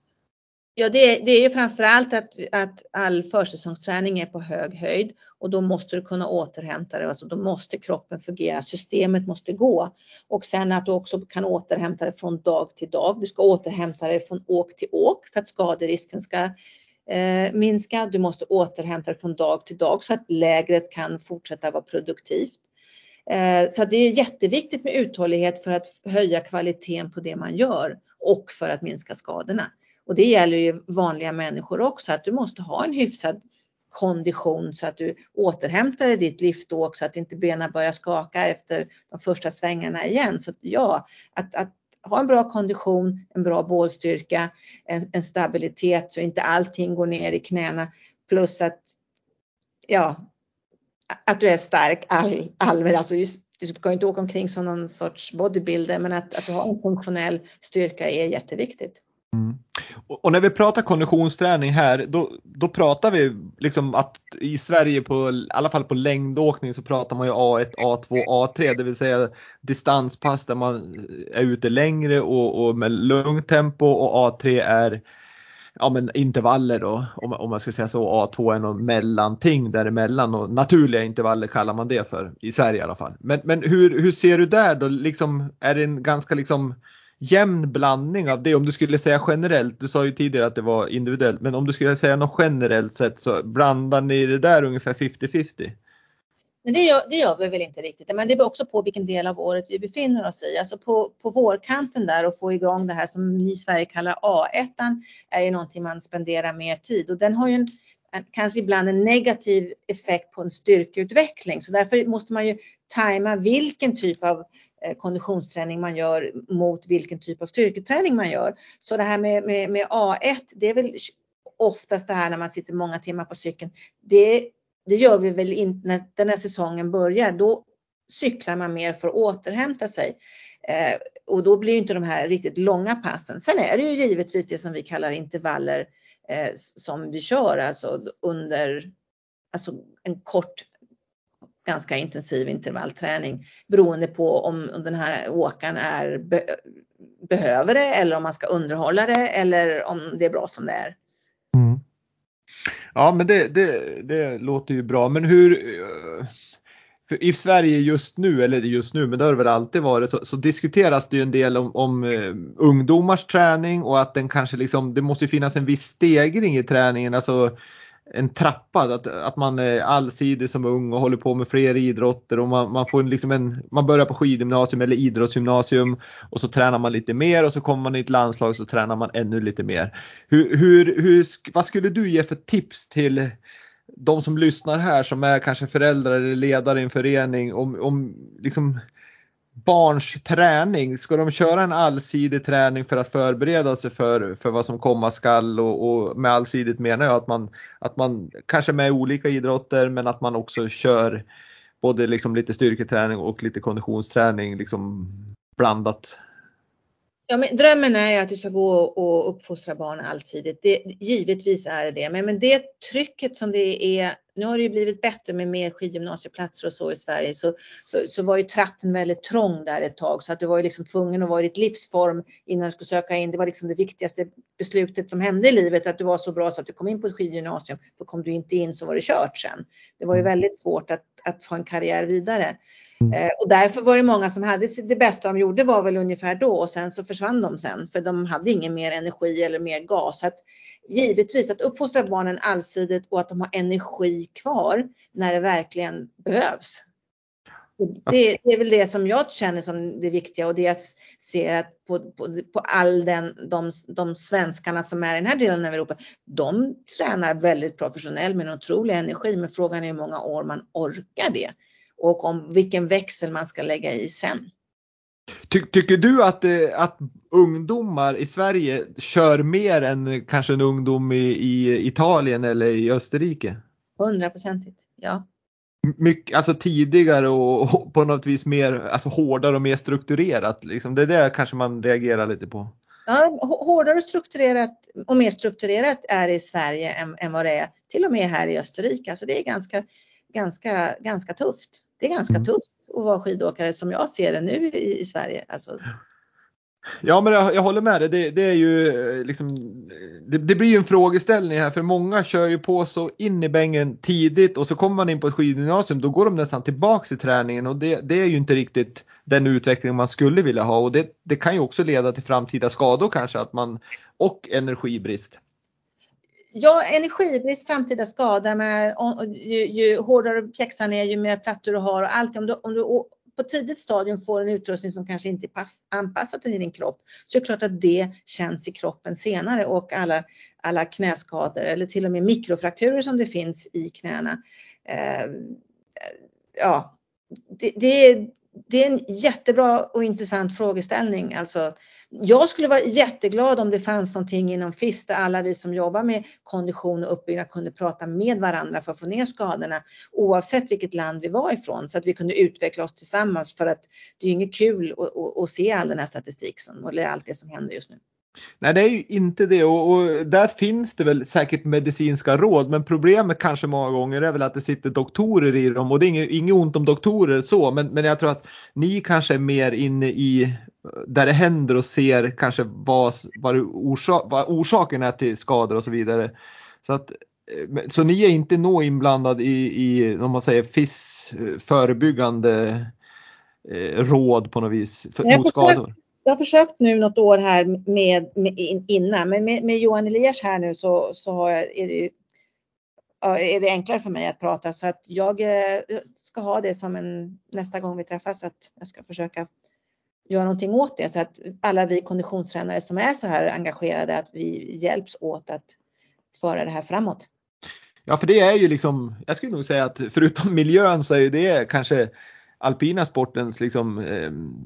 Ja, det, det är ju framförallt att, att all försäsongsträning är på hög höjd, och då måste du kunna återhämta dig. Alltså då måste kroppen fungera, systemet måste gå. Och sen att du också kan återhämta dig från dag till dag. Du ska återhämta dig från åk till åk för att skaderisken ska eh, minska. Du måste återhämta dig från dag till dag så att lägret kan fortsätta vara produktivt. Eh, så att det är jätteviktigt med uthållighet för att höja kvaliteten på det man gör och för att minska skadorna. Och det gäller ju vanliga människor också, att du måste ha en hyfsad kondition så att du återhämtar dig ditt liftåk så att inte benen börjar skaka efter de första svängarna igen. Så ja, att, att ha en bra kondition, en bra bålstyrka, en, en stabilitet så inte allting går ner i knäna, plus att ja, att du är stark all, allmänt, alltså just, du ska inte åka omkring som någon sorts bodybuilder, men att, att du har en funktionell styrka är jätteviktigt. Mm. Och, och när vi pratar konditionsträning här, då, då pratar vi liksom att i Sverige på i alla fall på längdåkning så pratar man ju A ett, A två, A tre, det vill säga distanspass där man är ute längre och, och med lugnt tempo, och A tre är ja, men intervaller då, om, om man ska säga så. A två är något mellanting däremellan, och naturliga intervaller kallar man det för i Sverige i alla fall. Men, men hur, hur ser du där då? Liksom, är det en ganska liksom jämn blandning av det, om du skulle säga generellt? Du sa ju tidigare att det var individuellt, men om du skulle säga något generellt sett, så blandar ni det där ungefär femtio femtio? Men det gör, det gör vi väl inte riktigt, men det beror också på vilken del av året vi befinner oss i. Alltså på, på vårkanten där, och få igång det här som ni i Sverige kallar A ett, är ju någonting man spenderar mer tid, och den har ju en, en, kanske ibland en negativ effekt på en styrkeutveckling. Så därför måste man ju tajma vilken typ av eh, konditionsträning man gör mot vilken typ av styrketräning man gör. Så det här med, med, med A ett, det är väl oftast det här när man sitter många timmar på cykeln. Det Det gör vi väl inte när den här säsongen börjar. Då cyklar man mer för att återhämta sig. Eh, och då blir ju inte de här riktigt långa passen. Sen är det ju givetvis det som vi kallar intervaller eh, som vi kör. Alltså under alltså en kort, ganska intensiv intervallträning. Beroende på om, om den här åkaren är, be, behöver det, eller om man ska underhålla det, eller om det är bra som det är. Mm. Ja, men det, det, det låter ju bra. Men hur, för i Sverige just nu, eller just nu, men det har det väl alltid varit, så, så diskuteras det ju en del om, om uh, ungdomars träning, och att den kanske liksom, det måste ju finnas en viss stegring i träningen, alltså en trappa, att, att man är allsidig som ung och håller på med fler idrotter, och man, man får liksom en, man börjar på skidgymnasium eller idrottsgymnasium, och så tränar man lite mer, och så kommer man i ett landslag och så tränar man ännu lite mer. Hur, hur, hur, vad skulle du ge för tips till de som lyssnar här, som är kanske föräldrar eller ledare i en förening, om, om liksom barns träning? Ska de köra en allsidig träning för att förbereda sig för, för vad som komma skall? Och, och med allsidigt menar jag att man, att man kanske med olika idrotter, men att man också kör både liksom lite styrketräning och lite konditionsträning liksom blandat. Ja, men drömmen är ju att du ska gå och uppfostra barn allsidigt. Det, givetvis är det det. Men, men det trycket som det är, nu har det ju blivit bättre med mer skidgymnasieplatser och så i Sverige. Så, så, så var ju tratten väldigt trång där ett tag. Så att du var ju liksom tvungen att vara i ditt livsform innan du skulle söka in. Det var liksom det viktigaste beslutet som hände i livet. Att du var så bra så att du kom in på ett skidgymnasium. För kom du inte in så var det kört sen. Det var ju väldigt svårt att, att få en karriär vidare. Eh, och därför var det många som hade det bästa de gjorde var väl ungefär då, och sen så försvann de sen för de hade ingen mer energi eller mer gas. Så att givetvis att uppfostra barnen allsidigt och att de har energi kvar när det verkligen behövs. Det, det är väl det som jag känner som det viktiga, och det jag ser att på, på, på all den, de, de svenskarna som är i den här delen av Europa, de tränar väldigt professionellt med en otrolig energi, men frågan är hur många år man orkar det. Och om vilken växel man ska lägga i sen. Ty, tycker du att, att ungdomar i Sverige kör mer än kanske en ungdom i, i Italien eller i Österrike? Hundraprocentigt, ja. Mycket, alltså tidigare och, och på något vis mer, alltså hårdare och mer strukturerat. Liksom. Det är det kanske man reagerar lite på. Ja, hårdare och strukturerat och mer strukturerat är det i Sverige än, än vad det är till och med här i Österrike. Alltså det är ganska, ganska, ganska tufft. Det är ganska mm. tufft att vara skidåkare som jag ser det nu i, i Sverige. Alltså. Ja, men jag, jag håller med dig. Det, det är ju liksom, det, det blir ju en frågeställning här, för många kör ju på så in i bängen tidigt, och så kommer man in på ett skidgymnasium, då går de nästan tillbaks i träningen, och det, det är ju inte riktigt den utveckling man skulle vilja ha, och det, det kan ju också leda till framtida skador kanske, att man, och energibrist. Ja, energibrist, framtida skada med ju, ju hårdare pjäxan är, ju mer plattor du har och allt. Om du, om du på tidigt stadium får en utrustning som kanske inte är pass, anpassad till din kropp, så är det klart att det känns i kroppen senare, och alla, alla knäskador eller till och med mikrofrakturer som det finns i knäna. Eh, ja, det, det är Det är en jättebra och intressant frågeställning. Alltså, jag skulle vara jätteglad om det fanns någonting inom F I S där alla vi som jobbar med kondition och uppbyggnad kunde prata med varandra för att få ner skadorna, oavsett vilket land vi var ifrån, så att vi kunde utveckla oss tillsammans, för att det är ju inget kul att, att, att se all den här statistiken eller allt det som händer just nu. Nej, det är ju inte det, och, och där finns det väl säkert medicinska råd, men problemet kanske många gånger är väl att det sitter doktorer i dem, och det är inget, inget ont om doktorer så, men, men jag tror att ni kanske är mer inne i där det händer och ser kanske vad, vad, orsak, vad orsaken är till skador och så vidare. Så att så ni är inte nå inblandad i, i om man säger F I S förebyggande eh, råd på något vis för, mot skador? Jag har försökt nu något år här med, med innan, men med, med Johan Elias här nu så, så har jag, är, det, är det enklare för mig att prata, så att jag ska ha det som en nästa gång vi träffas, att jag ska försöka göra någonting åt det, så att alla vi konditionstränare som är så här engagerade, att vi hjälps åt att föra det här framåt. Ja, för det är ju liksom, jag skulle nog säga att förutom miljön så är det kanske alpina sportens liksom, eh,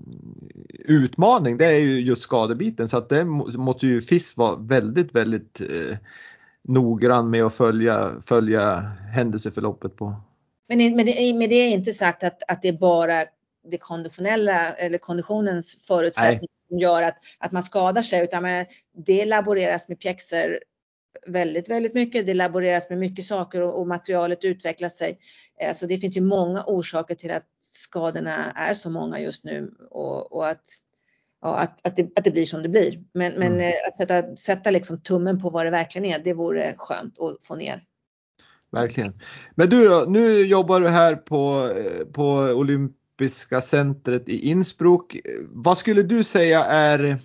utmaning, det är ju just skadebiten, så att det måste ju F I S vara väldigt, väldigt eh, noggrann med att följa, följa händelseförloppet på. Men med det, med det är inte sagt att, att det är bara det konditionella eller konditionens förutsättningar som gör att, att man skadar sig, utan med, det laboreras med pjäxor väldigt, väldigt mycket. Det laboreras med mycket saker och, och materialet utvecklar sig. Eh, så det finns ju många orsaker till att skadorna är så många just nu, och, och att, ja, att, att, det, att det blir som det blir. Men, men mm. att sätta, sätta liksom tummen på vad det verkligen är, det vore skönt att få ner. Verkligen. Men du då, nu jobbar du här på, på Olympiska centret i Innsbruck. Vad skulle du säga är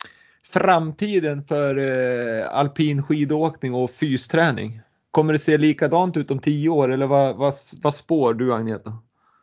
framtiden för eh, alpin skidåkning och fysträning? Kommer det se likadant ut om tio år, eller vad, vad, vad spår du, Agneta?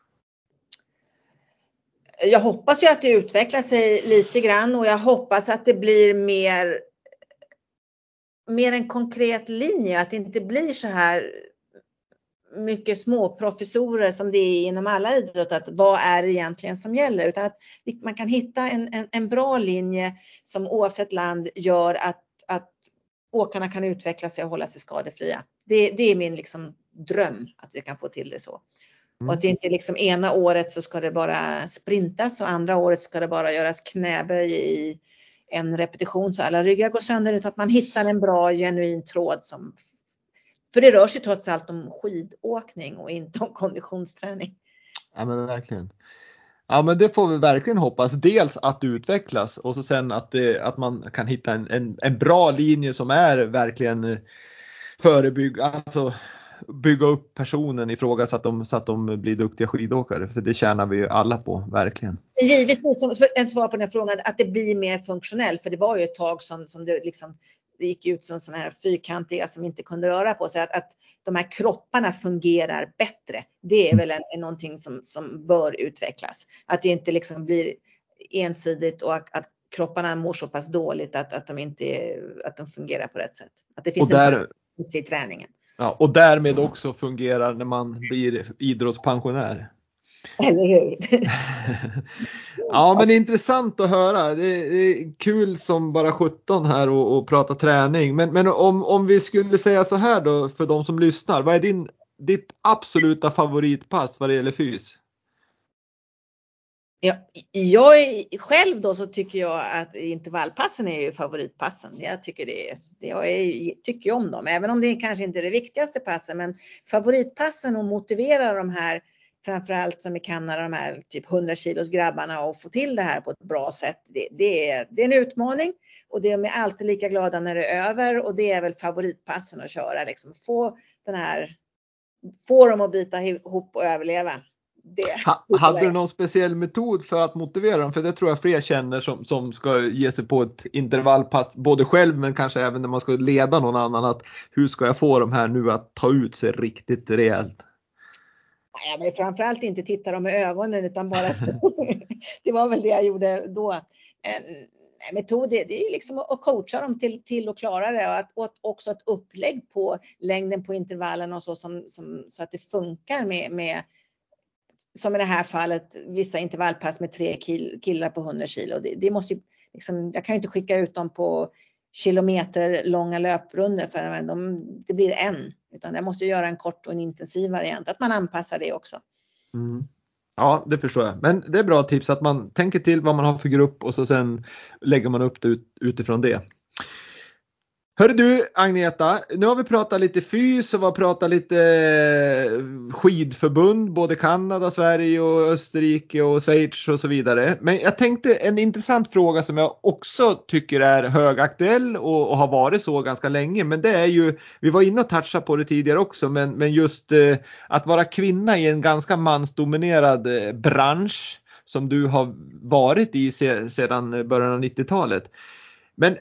Jag hoppas ju att det utvecklar sig lite grann, och jag hoppas att det blir mer, mer en konkret linje, att det inte blir så här mycket små professorer som det är inom alla idrotter, att vad är det egentligen som gäller, utan att man kan hitta en, en, en bra linje som oavsett land gör att, att åkarna kan utveckla sig och hålla sig skadefria. Det, det är min liksom dröm, att vi kan få till det så. Mm. Och att det inte liksom ena året så ska det bara sprintas och andra året ska det bara göras knäböj i en repetition så alla ryggar går sönder, utan att man hittar en bra genuin tråd som, för det rör sig trots allt om skidåkning och inte om konditionsträning. Ja, men verkligen. Ja, men det får vi verkligen hoppas. Dels att det utvecklas, och så sen att, det, att man kan hitta en, en, en bra linje som är verkligen förebygga, alltså bygga upp personen i fråga så att de, så att de blir duktiga skidåkare. För det tjänar vi ju alla på, verkligen. Givetvis, som en svar på den här frågan, att det blir mer funktionellt. För det var ju ett tag som, som det liksom... det gick ut som sådana här fyrkantiga som inte kunde röra på sig. Att, att de här kropparna fungerar bättre. Det är väl en, en, någonting som, som bör utvecklas. Att det inte liksom blir ensidigt, och att, att kropparna mår så pass dåligt att, att, de inte, att de fungerar på rätt sätt. Att det finns och där, en i träningen. Ja, och därmed också fungerar när man blir idrottspensionär. Eller hur? Ja, men det är intressant att höra. Det är kul som bara sjutton här och, och prata träning. Men, men om, om vi skulle säga så här då, för de som lyssnar. Vad är din, ditt absoluta favoritpass vad det gäller fys? Ja, jag är, själv då så tycker jag att intervallpassen är ju favoritpassen. Jag tycker det, det jag är, tycker om dem. Även om det kanske inte är det viktigaste passen. Men favoritpassen, och motivera de här, framförallt som i Kanada, de här typ hundra kilos grabbarna, och få till det här på ett bra sätt. Det, det, är, det är en utmaning, och det är med alltid lika glada när det är över, och det är väl favoritpassen att köra. Liksom. Få, den här, få dem att byta ihop och överleva. det. Ha, hade du någon speciell metod för att motivera dem? För det tror jag fler känner som, som ska ge sig på ett intervallpass, både själv men kanske även när man ska leda någon annan, att hur ska jag få de här nu att ta ut sig riktigt rejält? Nej, men framförallt inte titta dem i ögonen utan bara det var väl det jag gjorde då. En metod det, det är liksom att coacha dem till, till att klara det, och, att, och också ett upplägg på längden på intervallen och så, som, som, så att det funkar med, med som i det här fallet vissa intervallpass med tre kill, killar på hundra kilo. Det, det måste ju, liksom, jag kan ju inte skicka ut dem på kilometer långa löprunder för de, det blir en, utan jag måste göra en kort och en intensiv variant, att man anpassar det också. Mm. Ja, det förstår jag. Men det är bra tips att man tänker till vad man har för grupp och så sen lägger man upp det ut, utifrån det. Hörru du Agneta, nu har vi pratat lite fys och vi har pratat lite skidförbund, både Kanada, Sverige och Österrike och Schweiz och så vidare. Men jag tänkte en intressant fråga som jag också tycker är högaktuell och, och har varit så ganska länge. Men det är ju, vi var inne och touchade på det tidigare också, men, men just eh, att vara kvinna i en ganska mansdominerad eh, bransch som du har varit i se, sedan början av nittiotalet. Men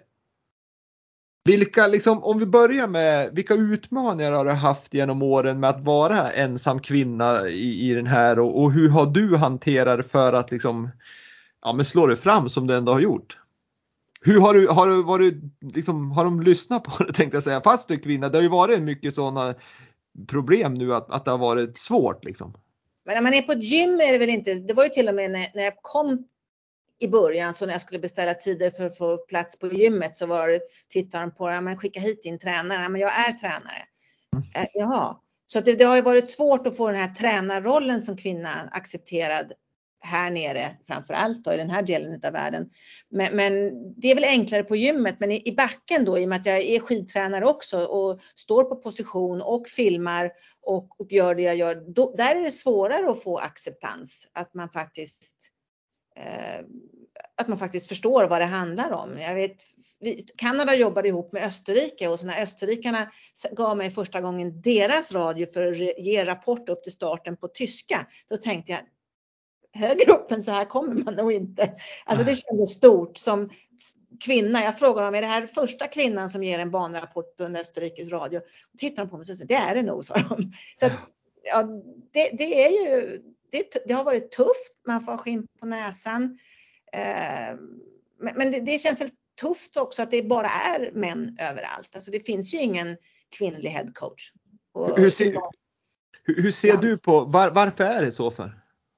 vilka, liksom, om vi börjar med, vilka utmaningar har du haft genom åren med att vara ensam kvinna i, i den här, och, och hur har du hanterat för att liksom, ja, men slå dig fram som du ändå har gjort? Hur har du, har du varit, liksom, har de lyssnat på det, tänkte jag säga, fast du är kvinna? Det har ju varit mycket sådana problem nu att, att det har varit svårt liksom. Men när man är på ett gym är det väl inte, det var ju till och med när, när jag kom i början, så när jag skulle beställa tider för att få plats på gymmet, så var det, tittade de på det, men skicka hit din tränare, men jag är tränare. Mm. Eh, jaha. Så att det, det har ju varit svårt att få den här tränarrollen som kvinna accepterad här nere, framförallt då i den här delen av världen. Men, men det är väl enklare på gymmet, men i, i backen då, i och med att jag är skidtränare också och står på position och filmar och, och gör det jag gör, då, där är det svårare att få acceptans, att man faktiskt eh, att man faktiskt förstår vad det handlar om. Jag vet, vi, Kanada jobbade ihop med Österrike, och så när österrikarna gav mig första gången deras radio för att re, ge rapport upp till starten på tyska, då tänkte jag, högre upp än så här kommer man nog inte. Alltså det kändes stort som kvinna. Jag frågade dem, är det här första kvinnan som ger en banrapport på en Österrikes radio? Och tittar de på mig och säger, det är det nog, sa de. Så att, ja, det, det är ju, det, det har varit tufft. Man får skinn på näsan. Eh, men men det, det känns väl tufft också att det bara är män överallt. Alltså det finns ju ingen kvinnlig headcoach. Och, hur ser, hur, hur ser ja. du på, var, varför är det så för?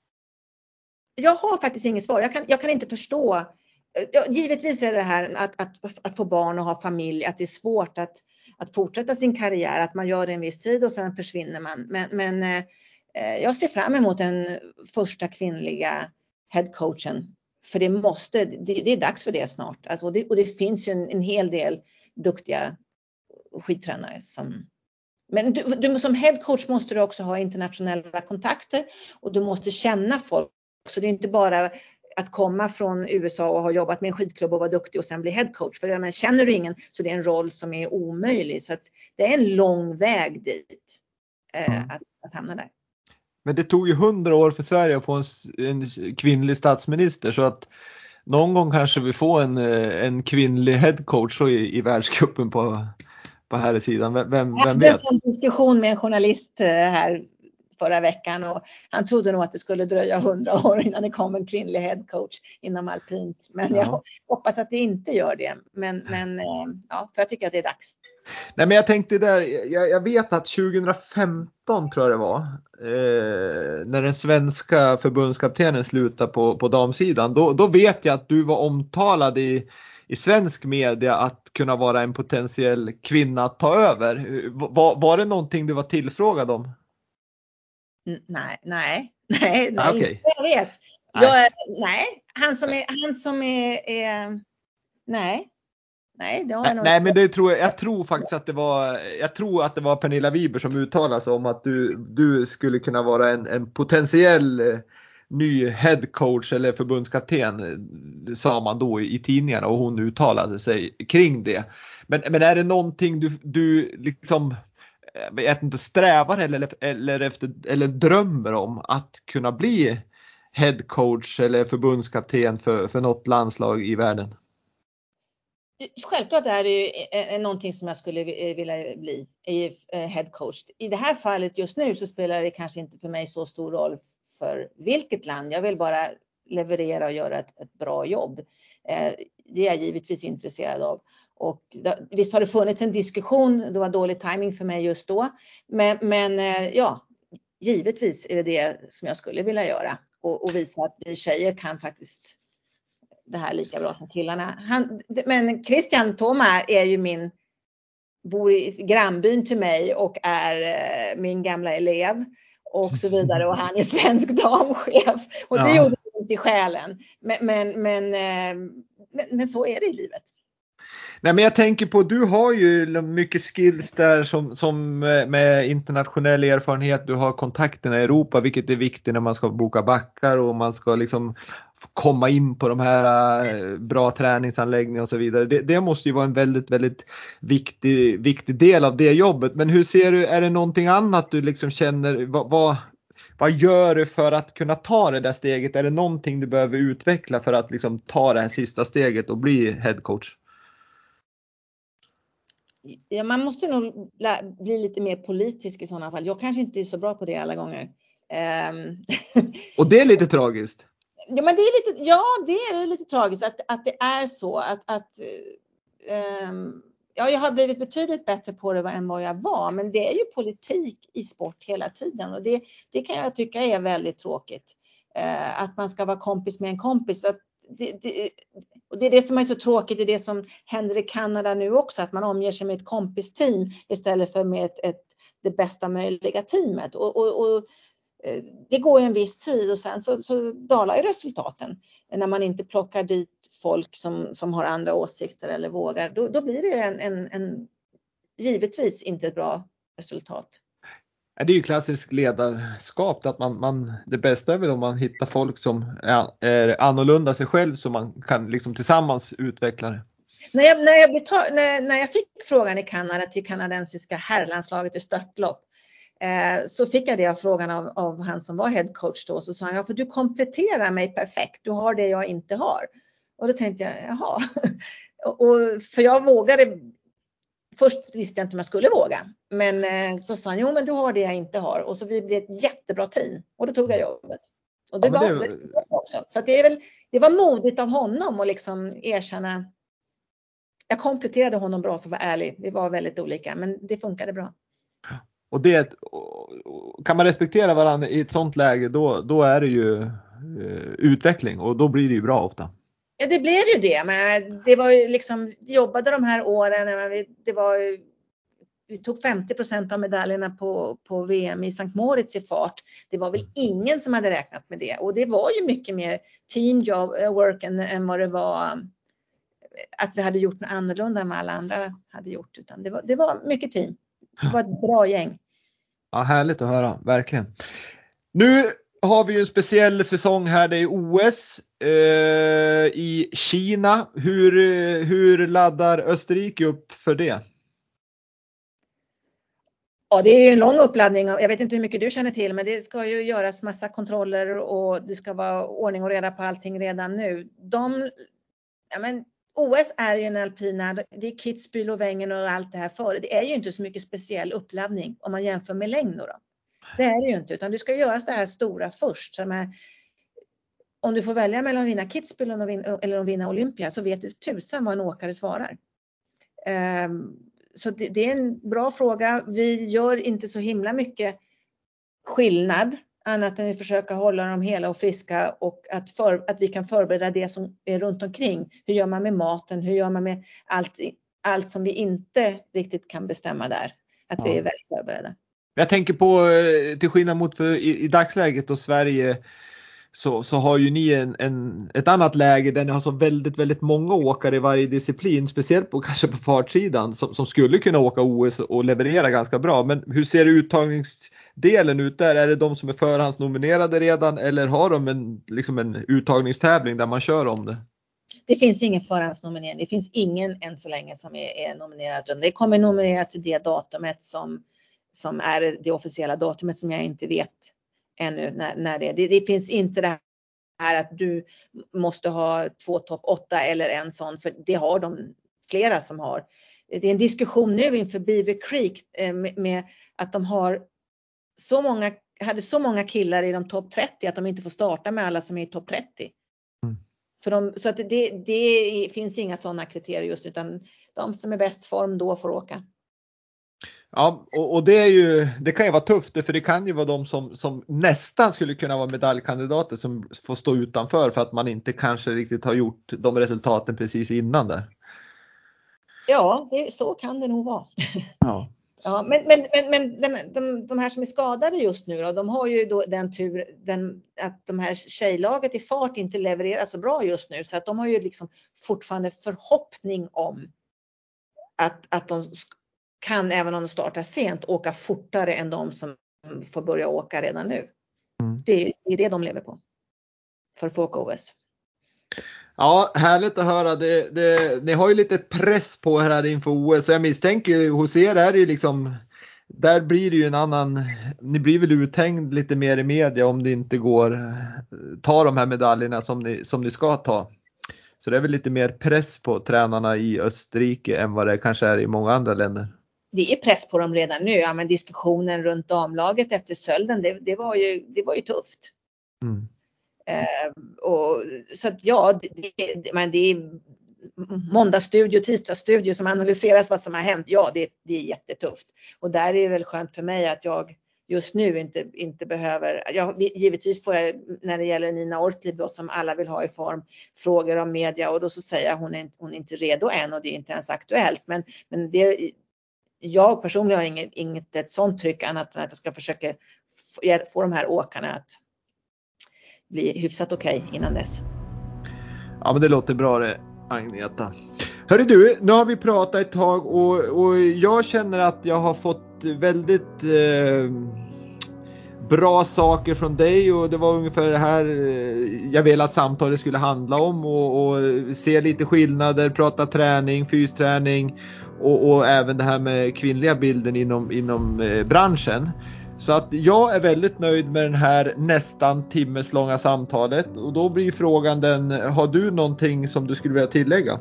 Jag har faktiskt inget svar. Jag kan, jag kan inte förstå. Givetvis är det här att, att, att få barn och ha familj, att det är svårt att, att fortsätta sin karriär. Att man gör det en viss tid och sen försvinner man. Men, men eh, jag ser fram emot den första kvinnliga headcoachen. För det måste, det, det är dags för det snart. Alltså, och, det, och det finns ju en, en hel del duktiga skidtränare som... Men du, du, som headcoach måste du också ha internationella kontakter. Och du måste känna folk. Så det är inte bara att komma från U S A och ha jobbat med en skidklubb och vara duktig och sen bli headcoach. För men känner du ingen, så det är en roll som är omöjlig. Så att det är en lång väg dit eh, mm. att, att hamna där. Men det tog ju hundra år för Sverige att få en, en kvinnlig statsminister. Så att någon gång kanske vi får en, en kvinnlig headcoach i, i världscupen på, på här sidan. Vem, vem, vem vet? Jag hade en diskussion med en journalist här förra veckan, och han trodde nog att det skulle dröja hundra år innan det kom en kvinnlig headcoach inom alpint. Men ja. Jag hoppas att det inte gör det. Men, men ja, för jag tycker att det är dags. Nej, men jag tänkte där, jag, jag vet att tjugohundrafemton tror jag det var, eh, när den svenska förbundskaptenen slutade på, på damsidan, då, då vet jag att du var omtalad i, i svensk media att kunna vara en potentiell kvinna att ta över. Var, var det någonting du var tillfrågad om? Nej, nej, nej, nej, ah, okay. Jag vet. Nej. Jag, nej, han som är, han som är, är nej, nej, det har nej, nej, men det tror jag, jag tror faktiskt att det var, jag tror att det var Pernilla Wiberg som uttalade sig om att du, du skulle kunna vara en, en potentiell eh, ny headcoach eller förbundskapten, sa man då i, i tidningarna, och hon uttalade sig kring det. Men, men är det någonting du, du liksom... jag vet inte, strävar eller, eller, efter, eller drömmer om att kunna bli head coach eller förbundskapten för, för något landslag i världen? Självklart är det ju någonting som jag skulle vilja bli, head coach. I det här fallet just nu så spelar det kanske inte för mig så stor roll för vilket land. Jag vill bara leverera och göra ett, ett bra jobb. Det är jag givetvis intresserad av. Och visst har det funnits en diskussion, det var dålig timing för mig just då. Men, men ja, givetvis är det det som jag skulle vilja göra. Och, och visa att vi tjejer kan faktiskt det här lika bra som killarna. Han, men Christian Thoma är ju min, bor i grannbyn till mig och är eh, min gamla elev och så vidare. Och han är svensk damchef. Och det ja. gjorde det inte i själen. Men, men, men, eh, men, men så är det i livet. Nej, men jag tänker på, du har ju mycket skills där som, som med internationell erfarenhet. Du har kontakterna i Europa, vilket är viktigt när man ska boka backar och man ska liksom komma in på de här bra träningsanläggningarna och så vidare. Det, det måste ju vara en väldigt, väldigt viktig, viktig del av det jobbet. Men hur ser du, är det någonting annat du liksom känner, vad, vad, vad gör du för att kunna ta det där steget? Är det någonting du behöver utveckla för att liksom ta det här sista steget och bli head coach? Ja, man måste nog bli lite mer politisk i sådana fall. Jag kanske inte är så bra på det alla gånger. Um... Och det är lite tragiskt. Ja, men det är lite, ja, det är lite tragiskt att, att det är så. Att, att, um... ja, jag har blivit betydligt bättre på det än vad jag var. Men det är ju politik i sport hela tiden. Och det, det kan jag tycka är väldigt tråkigt. Uh, att man ska vara kompis med en kompis. Att Det, det, och det är det som är så tråkigt, det är det som händer i Kanada nu också, att man omger sig med ett kompisteam istället för med ett, ett, det bästa möjliga teamet och, och, och det går ju en viss tid och sen så, så dalar ju resultaten när man inte plockar dit folk som, som har andra åsikter eller vågar, då, då blir det en, en, en givetvis inte ett bra resultat. Det är ju klassisk ledarskap, att man, man, det bästa är väl om man hittar folk som är, är annorlunda sig själv så man kan liksom tillsammans utveckla det. När jag, när jag, när, när jag fick frågan i Kanada till kanadensiska herrlandslaget i störtlopp eh, så fick jag det av frågan av, av han som var head coach då, så sa han, ja, för du kompletterar mig perfekt, du har det jag inte har. Och då tänkte jag, jaha. och, för jag vågade. Först visste jag inte om jag skulle våga. Men eh, så sa han, jo men du har det jag inte har. Och så vi blev ett jättebra team. Och då tog jag jobbet. Och det, ja, var, det... det också. Så att det, är väl, det var modigt av honom att liksom erkänna. Jag kompletterade honom bra, för att vara ärlig. Vi var väldigt olika, men det funkade bra. Och det, kan man respektera varandra i ett sånt läge, då, då är det ju eh, utveckling. Och då blir det ju bra ofta. Ja, det blev ju det, men det var ju liksom, vi jobbade de här åren, men vi, det var ju, vi tog femtio procent av medaljerna på, på V M i Sankt Moritz i fart. Det var väl ingen som hade räknat med det, och det var ju mycket mer teamjob, work än, än vad det var att vi hade gjort något annorlunda än vad alla andra hade gjort, utan det var, det var mycket team. Det var ett bra gäng. Ja, härligt att höra, verkligen. Nu har vi ju en speciell säsong här, det är O S eh, i Kina. Hur, hur laddar Österrike upp för det? Ja, det är ju en lång uppladdning. Jag vet inte hur mycket du känner till, men det ska ju göras massa kontroller och det ska vara ordning och reda på allting redan nu. De, ja men, O S är ju en alpina, det är Kitzbühel och Wengen och allt det här före. Det är ju inte så mycket speciell uppladdning om man jämför med längd då. Det är det ju inte, utan du ska göras det här stora först. Som är, om du får välja mellan att vinna Kitzbühel och vinna, eller att vinna Olympia, så vet du tusan vad en åkare svarar. Um, så det, det är en bra fråga. Vi gör inte så himla mycket skillnad, annat än att vi försöker hålla dem hela och friska och att, för, att vi kan förbereda det som är runt omkring. Hur gör man med maten? Hur gör man med allt, allt som vi inte riktigt kan bestämma där? Att ja. vi är väl förberedda. Jag tänker på, till skillnad mot för, i, i dagsläget och Sverige, så, så har ju ni en, en, ett annat läge där ni har så väldigt, väldigt många åkare i varje disciplin, speciellt på, kanske på fartsidan, som, som skulle kunna åka O S och leverera ganska bra. Men hur ser uttagningsdelen ut där? Är det de som är förhandsnominerade redan, eller har de en, liksom en uttagningstävling där man kör om det? Det finns ingen förhandsnominering. Det finns ingen än så länge som är, är nominerad. Det kommer nomineras till det datumet som som är det officiella datumet som jag inte vet ännu när, när det är. Det, det finns inte det här att du måste ha två topp åtta eller en sån, för det har de flera som har. Det är en diskussion nu inför Beaver Creek med, med att de har så många, hade så många killar i de topp trettio att de inte får starta med alla som är i topp trettio. Mm. För de, så att det, det finns inga sådana kriterier just, utan de som är bäst form då får åka. Ja, och, och det är ju, det kan ju vara tufft, för det kan ju vara de som, som nästan skulle kunna vara medaljkandidater som får stå utanför för att man inte kanske riktigt har gjort de resultaten precis innan där. Ja, det, så kan det nog vara. Ja. Ja, men men, men, men de, de, de här som är skadade just nu då, de har ju då den tur den, att de här tjejlaget i fart inte levererar så bra just nu, så att de har ju liksom fortfarande förhoppning om att, att de kan, även om de startar sent, åka fortare än de som får börja åka redan nu. Mm. Det, det är det de lever på för att få åka O S. Ja, härligt att höra. Det, det, ni har ju lite press på här inför O S. Så jag misstänker hos er är det ju liksom, där blir det ju en annan, ni blir väl uthängd lite mer i media om det inte går ta de här medaljerna som ni, som ni ska ta. Så det är väl lite mer press på tränarna i Österrike än vad det kanske är i många andra länder. Det är press på dem redan nu. Ja, men diskussionen runt damlaget efter sölden, det, det, var, ju, det var ju tufft. Mm. Eh, och, så att ja, det, det, men det är måndagsstudio, tisdagsstudio som analyseras vad som har hänt. Ja, det, det är jättetufft. Och där är det väl skönt för mig att jag just nu inte, inte behöver, jag, givetvis får jag när det gäller Nina Ortlieb då, som alla vill ha i form, frågor om media, och då så säger jag hon är, hon är inte redo än och det är inte ens aktuellt. Men, men det, jag personligen har inget, inget ett sånt tryck annat än att jag ska försöka få, få de här åkarna att bli hyfsat okej okay innan dess. Ja, men det låter bra det, Agneta. Hörru du, nu har vi pratat ett tag och, och jag känner att jag har fått väldigt eh, bra saker från dig, och det var ungefär det här eh, jag ville att samtalet skulle handla om, och, och se lite skillnader, prata träning, fysträning och, och även det här med kvinnliga bilden inom, inom eh, branschen. Så att jag är väldigt nöjd med den här nästan timmeslånga samtalet, och då blir frågan den, har du någonting som du skulle vilja tillägga?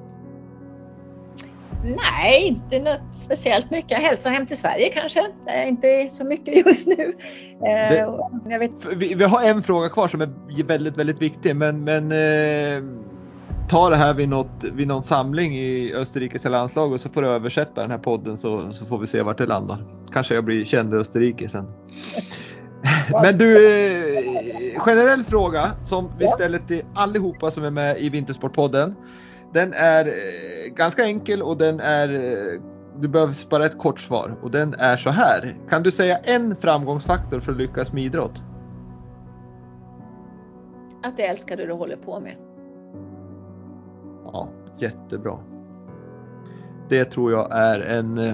Nej, inte något speciellt mycket. Hälsa hem till Sverige kanske. Det är inte så mycket just nu. Det, jag vet. Vi, vi har en fråga kvar som är väldigt, väldigt viktig. Men, men eh, ta det här vid, något, vid någon samling i Österrikes landslag, och så får du översätta den här podden, så, så får vi se vart det landar. Kanske jag blir känd i Österrike sen. Men du, generell fråga som vi ställer till allihopa som är med i Vintersportpodden. Den är ganska enkel och den är, du behöver bara ett kort svar, och den är så här: kan du säga en framgångsfaktor för att lyckas med idrott? Att jag älskar det du håller på med. Ja, jättebra. Det tror jag är en eh,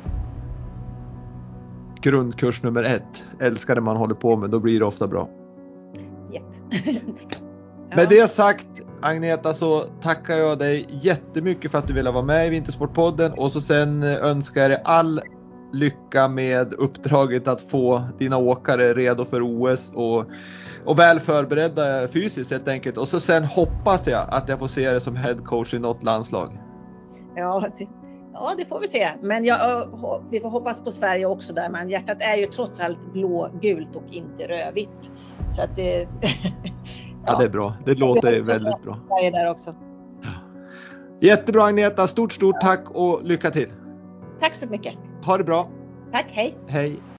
grundkurs nummer ett. Älskar det man håller på med, då blir det ofta bra. Japp. Ja. Med det sagt, Agneta, så tackar jag dig jättemycket för att du ville vara med i Vintersportpodden, och så sen önskar jag dig all lycka med uppdraget att få dina åkare redo för O S och, och väl förberedda fysiskt helt enkelt. Och så sen hoppas jag att jag får se det som headcoach i något landslag. Ja, det, ja, det får vi se. Men jag, vi får hoppas på Sverige också där, men hjärtat är ju trots allt blågult och inte rödvitt. Så att det... Ja, det är bra. Det låter väldigt bra. Jag är där också. Jättebra, Agneta. Stort, stort tack och lycka till. Tack så mycket. Ha det bra. Tack, hej. Hej.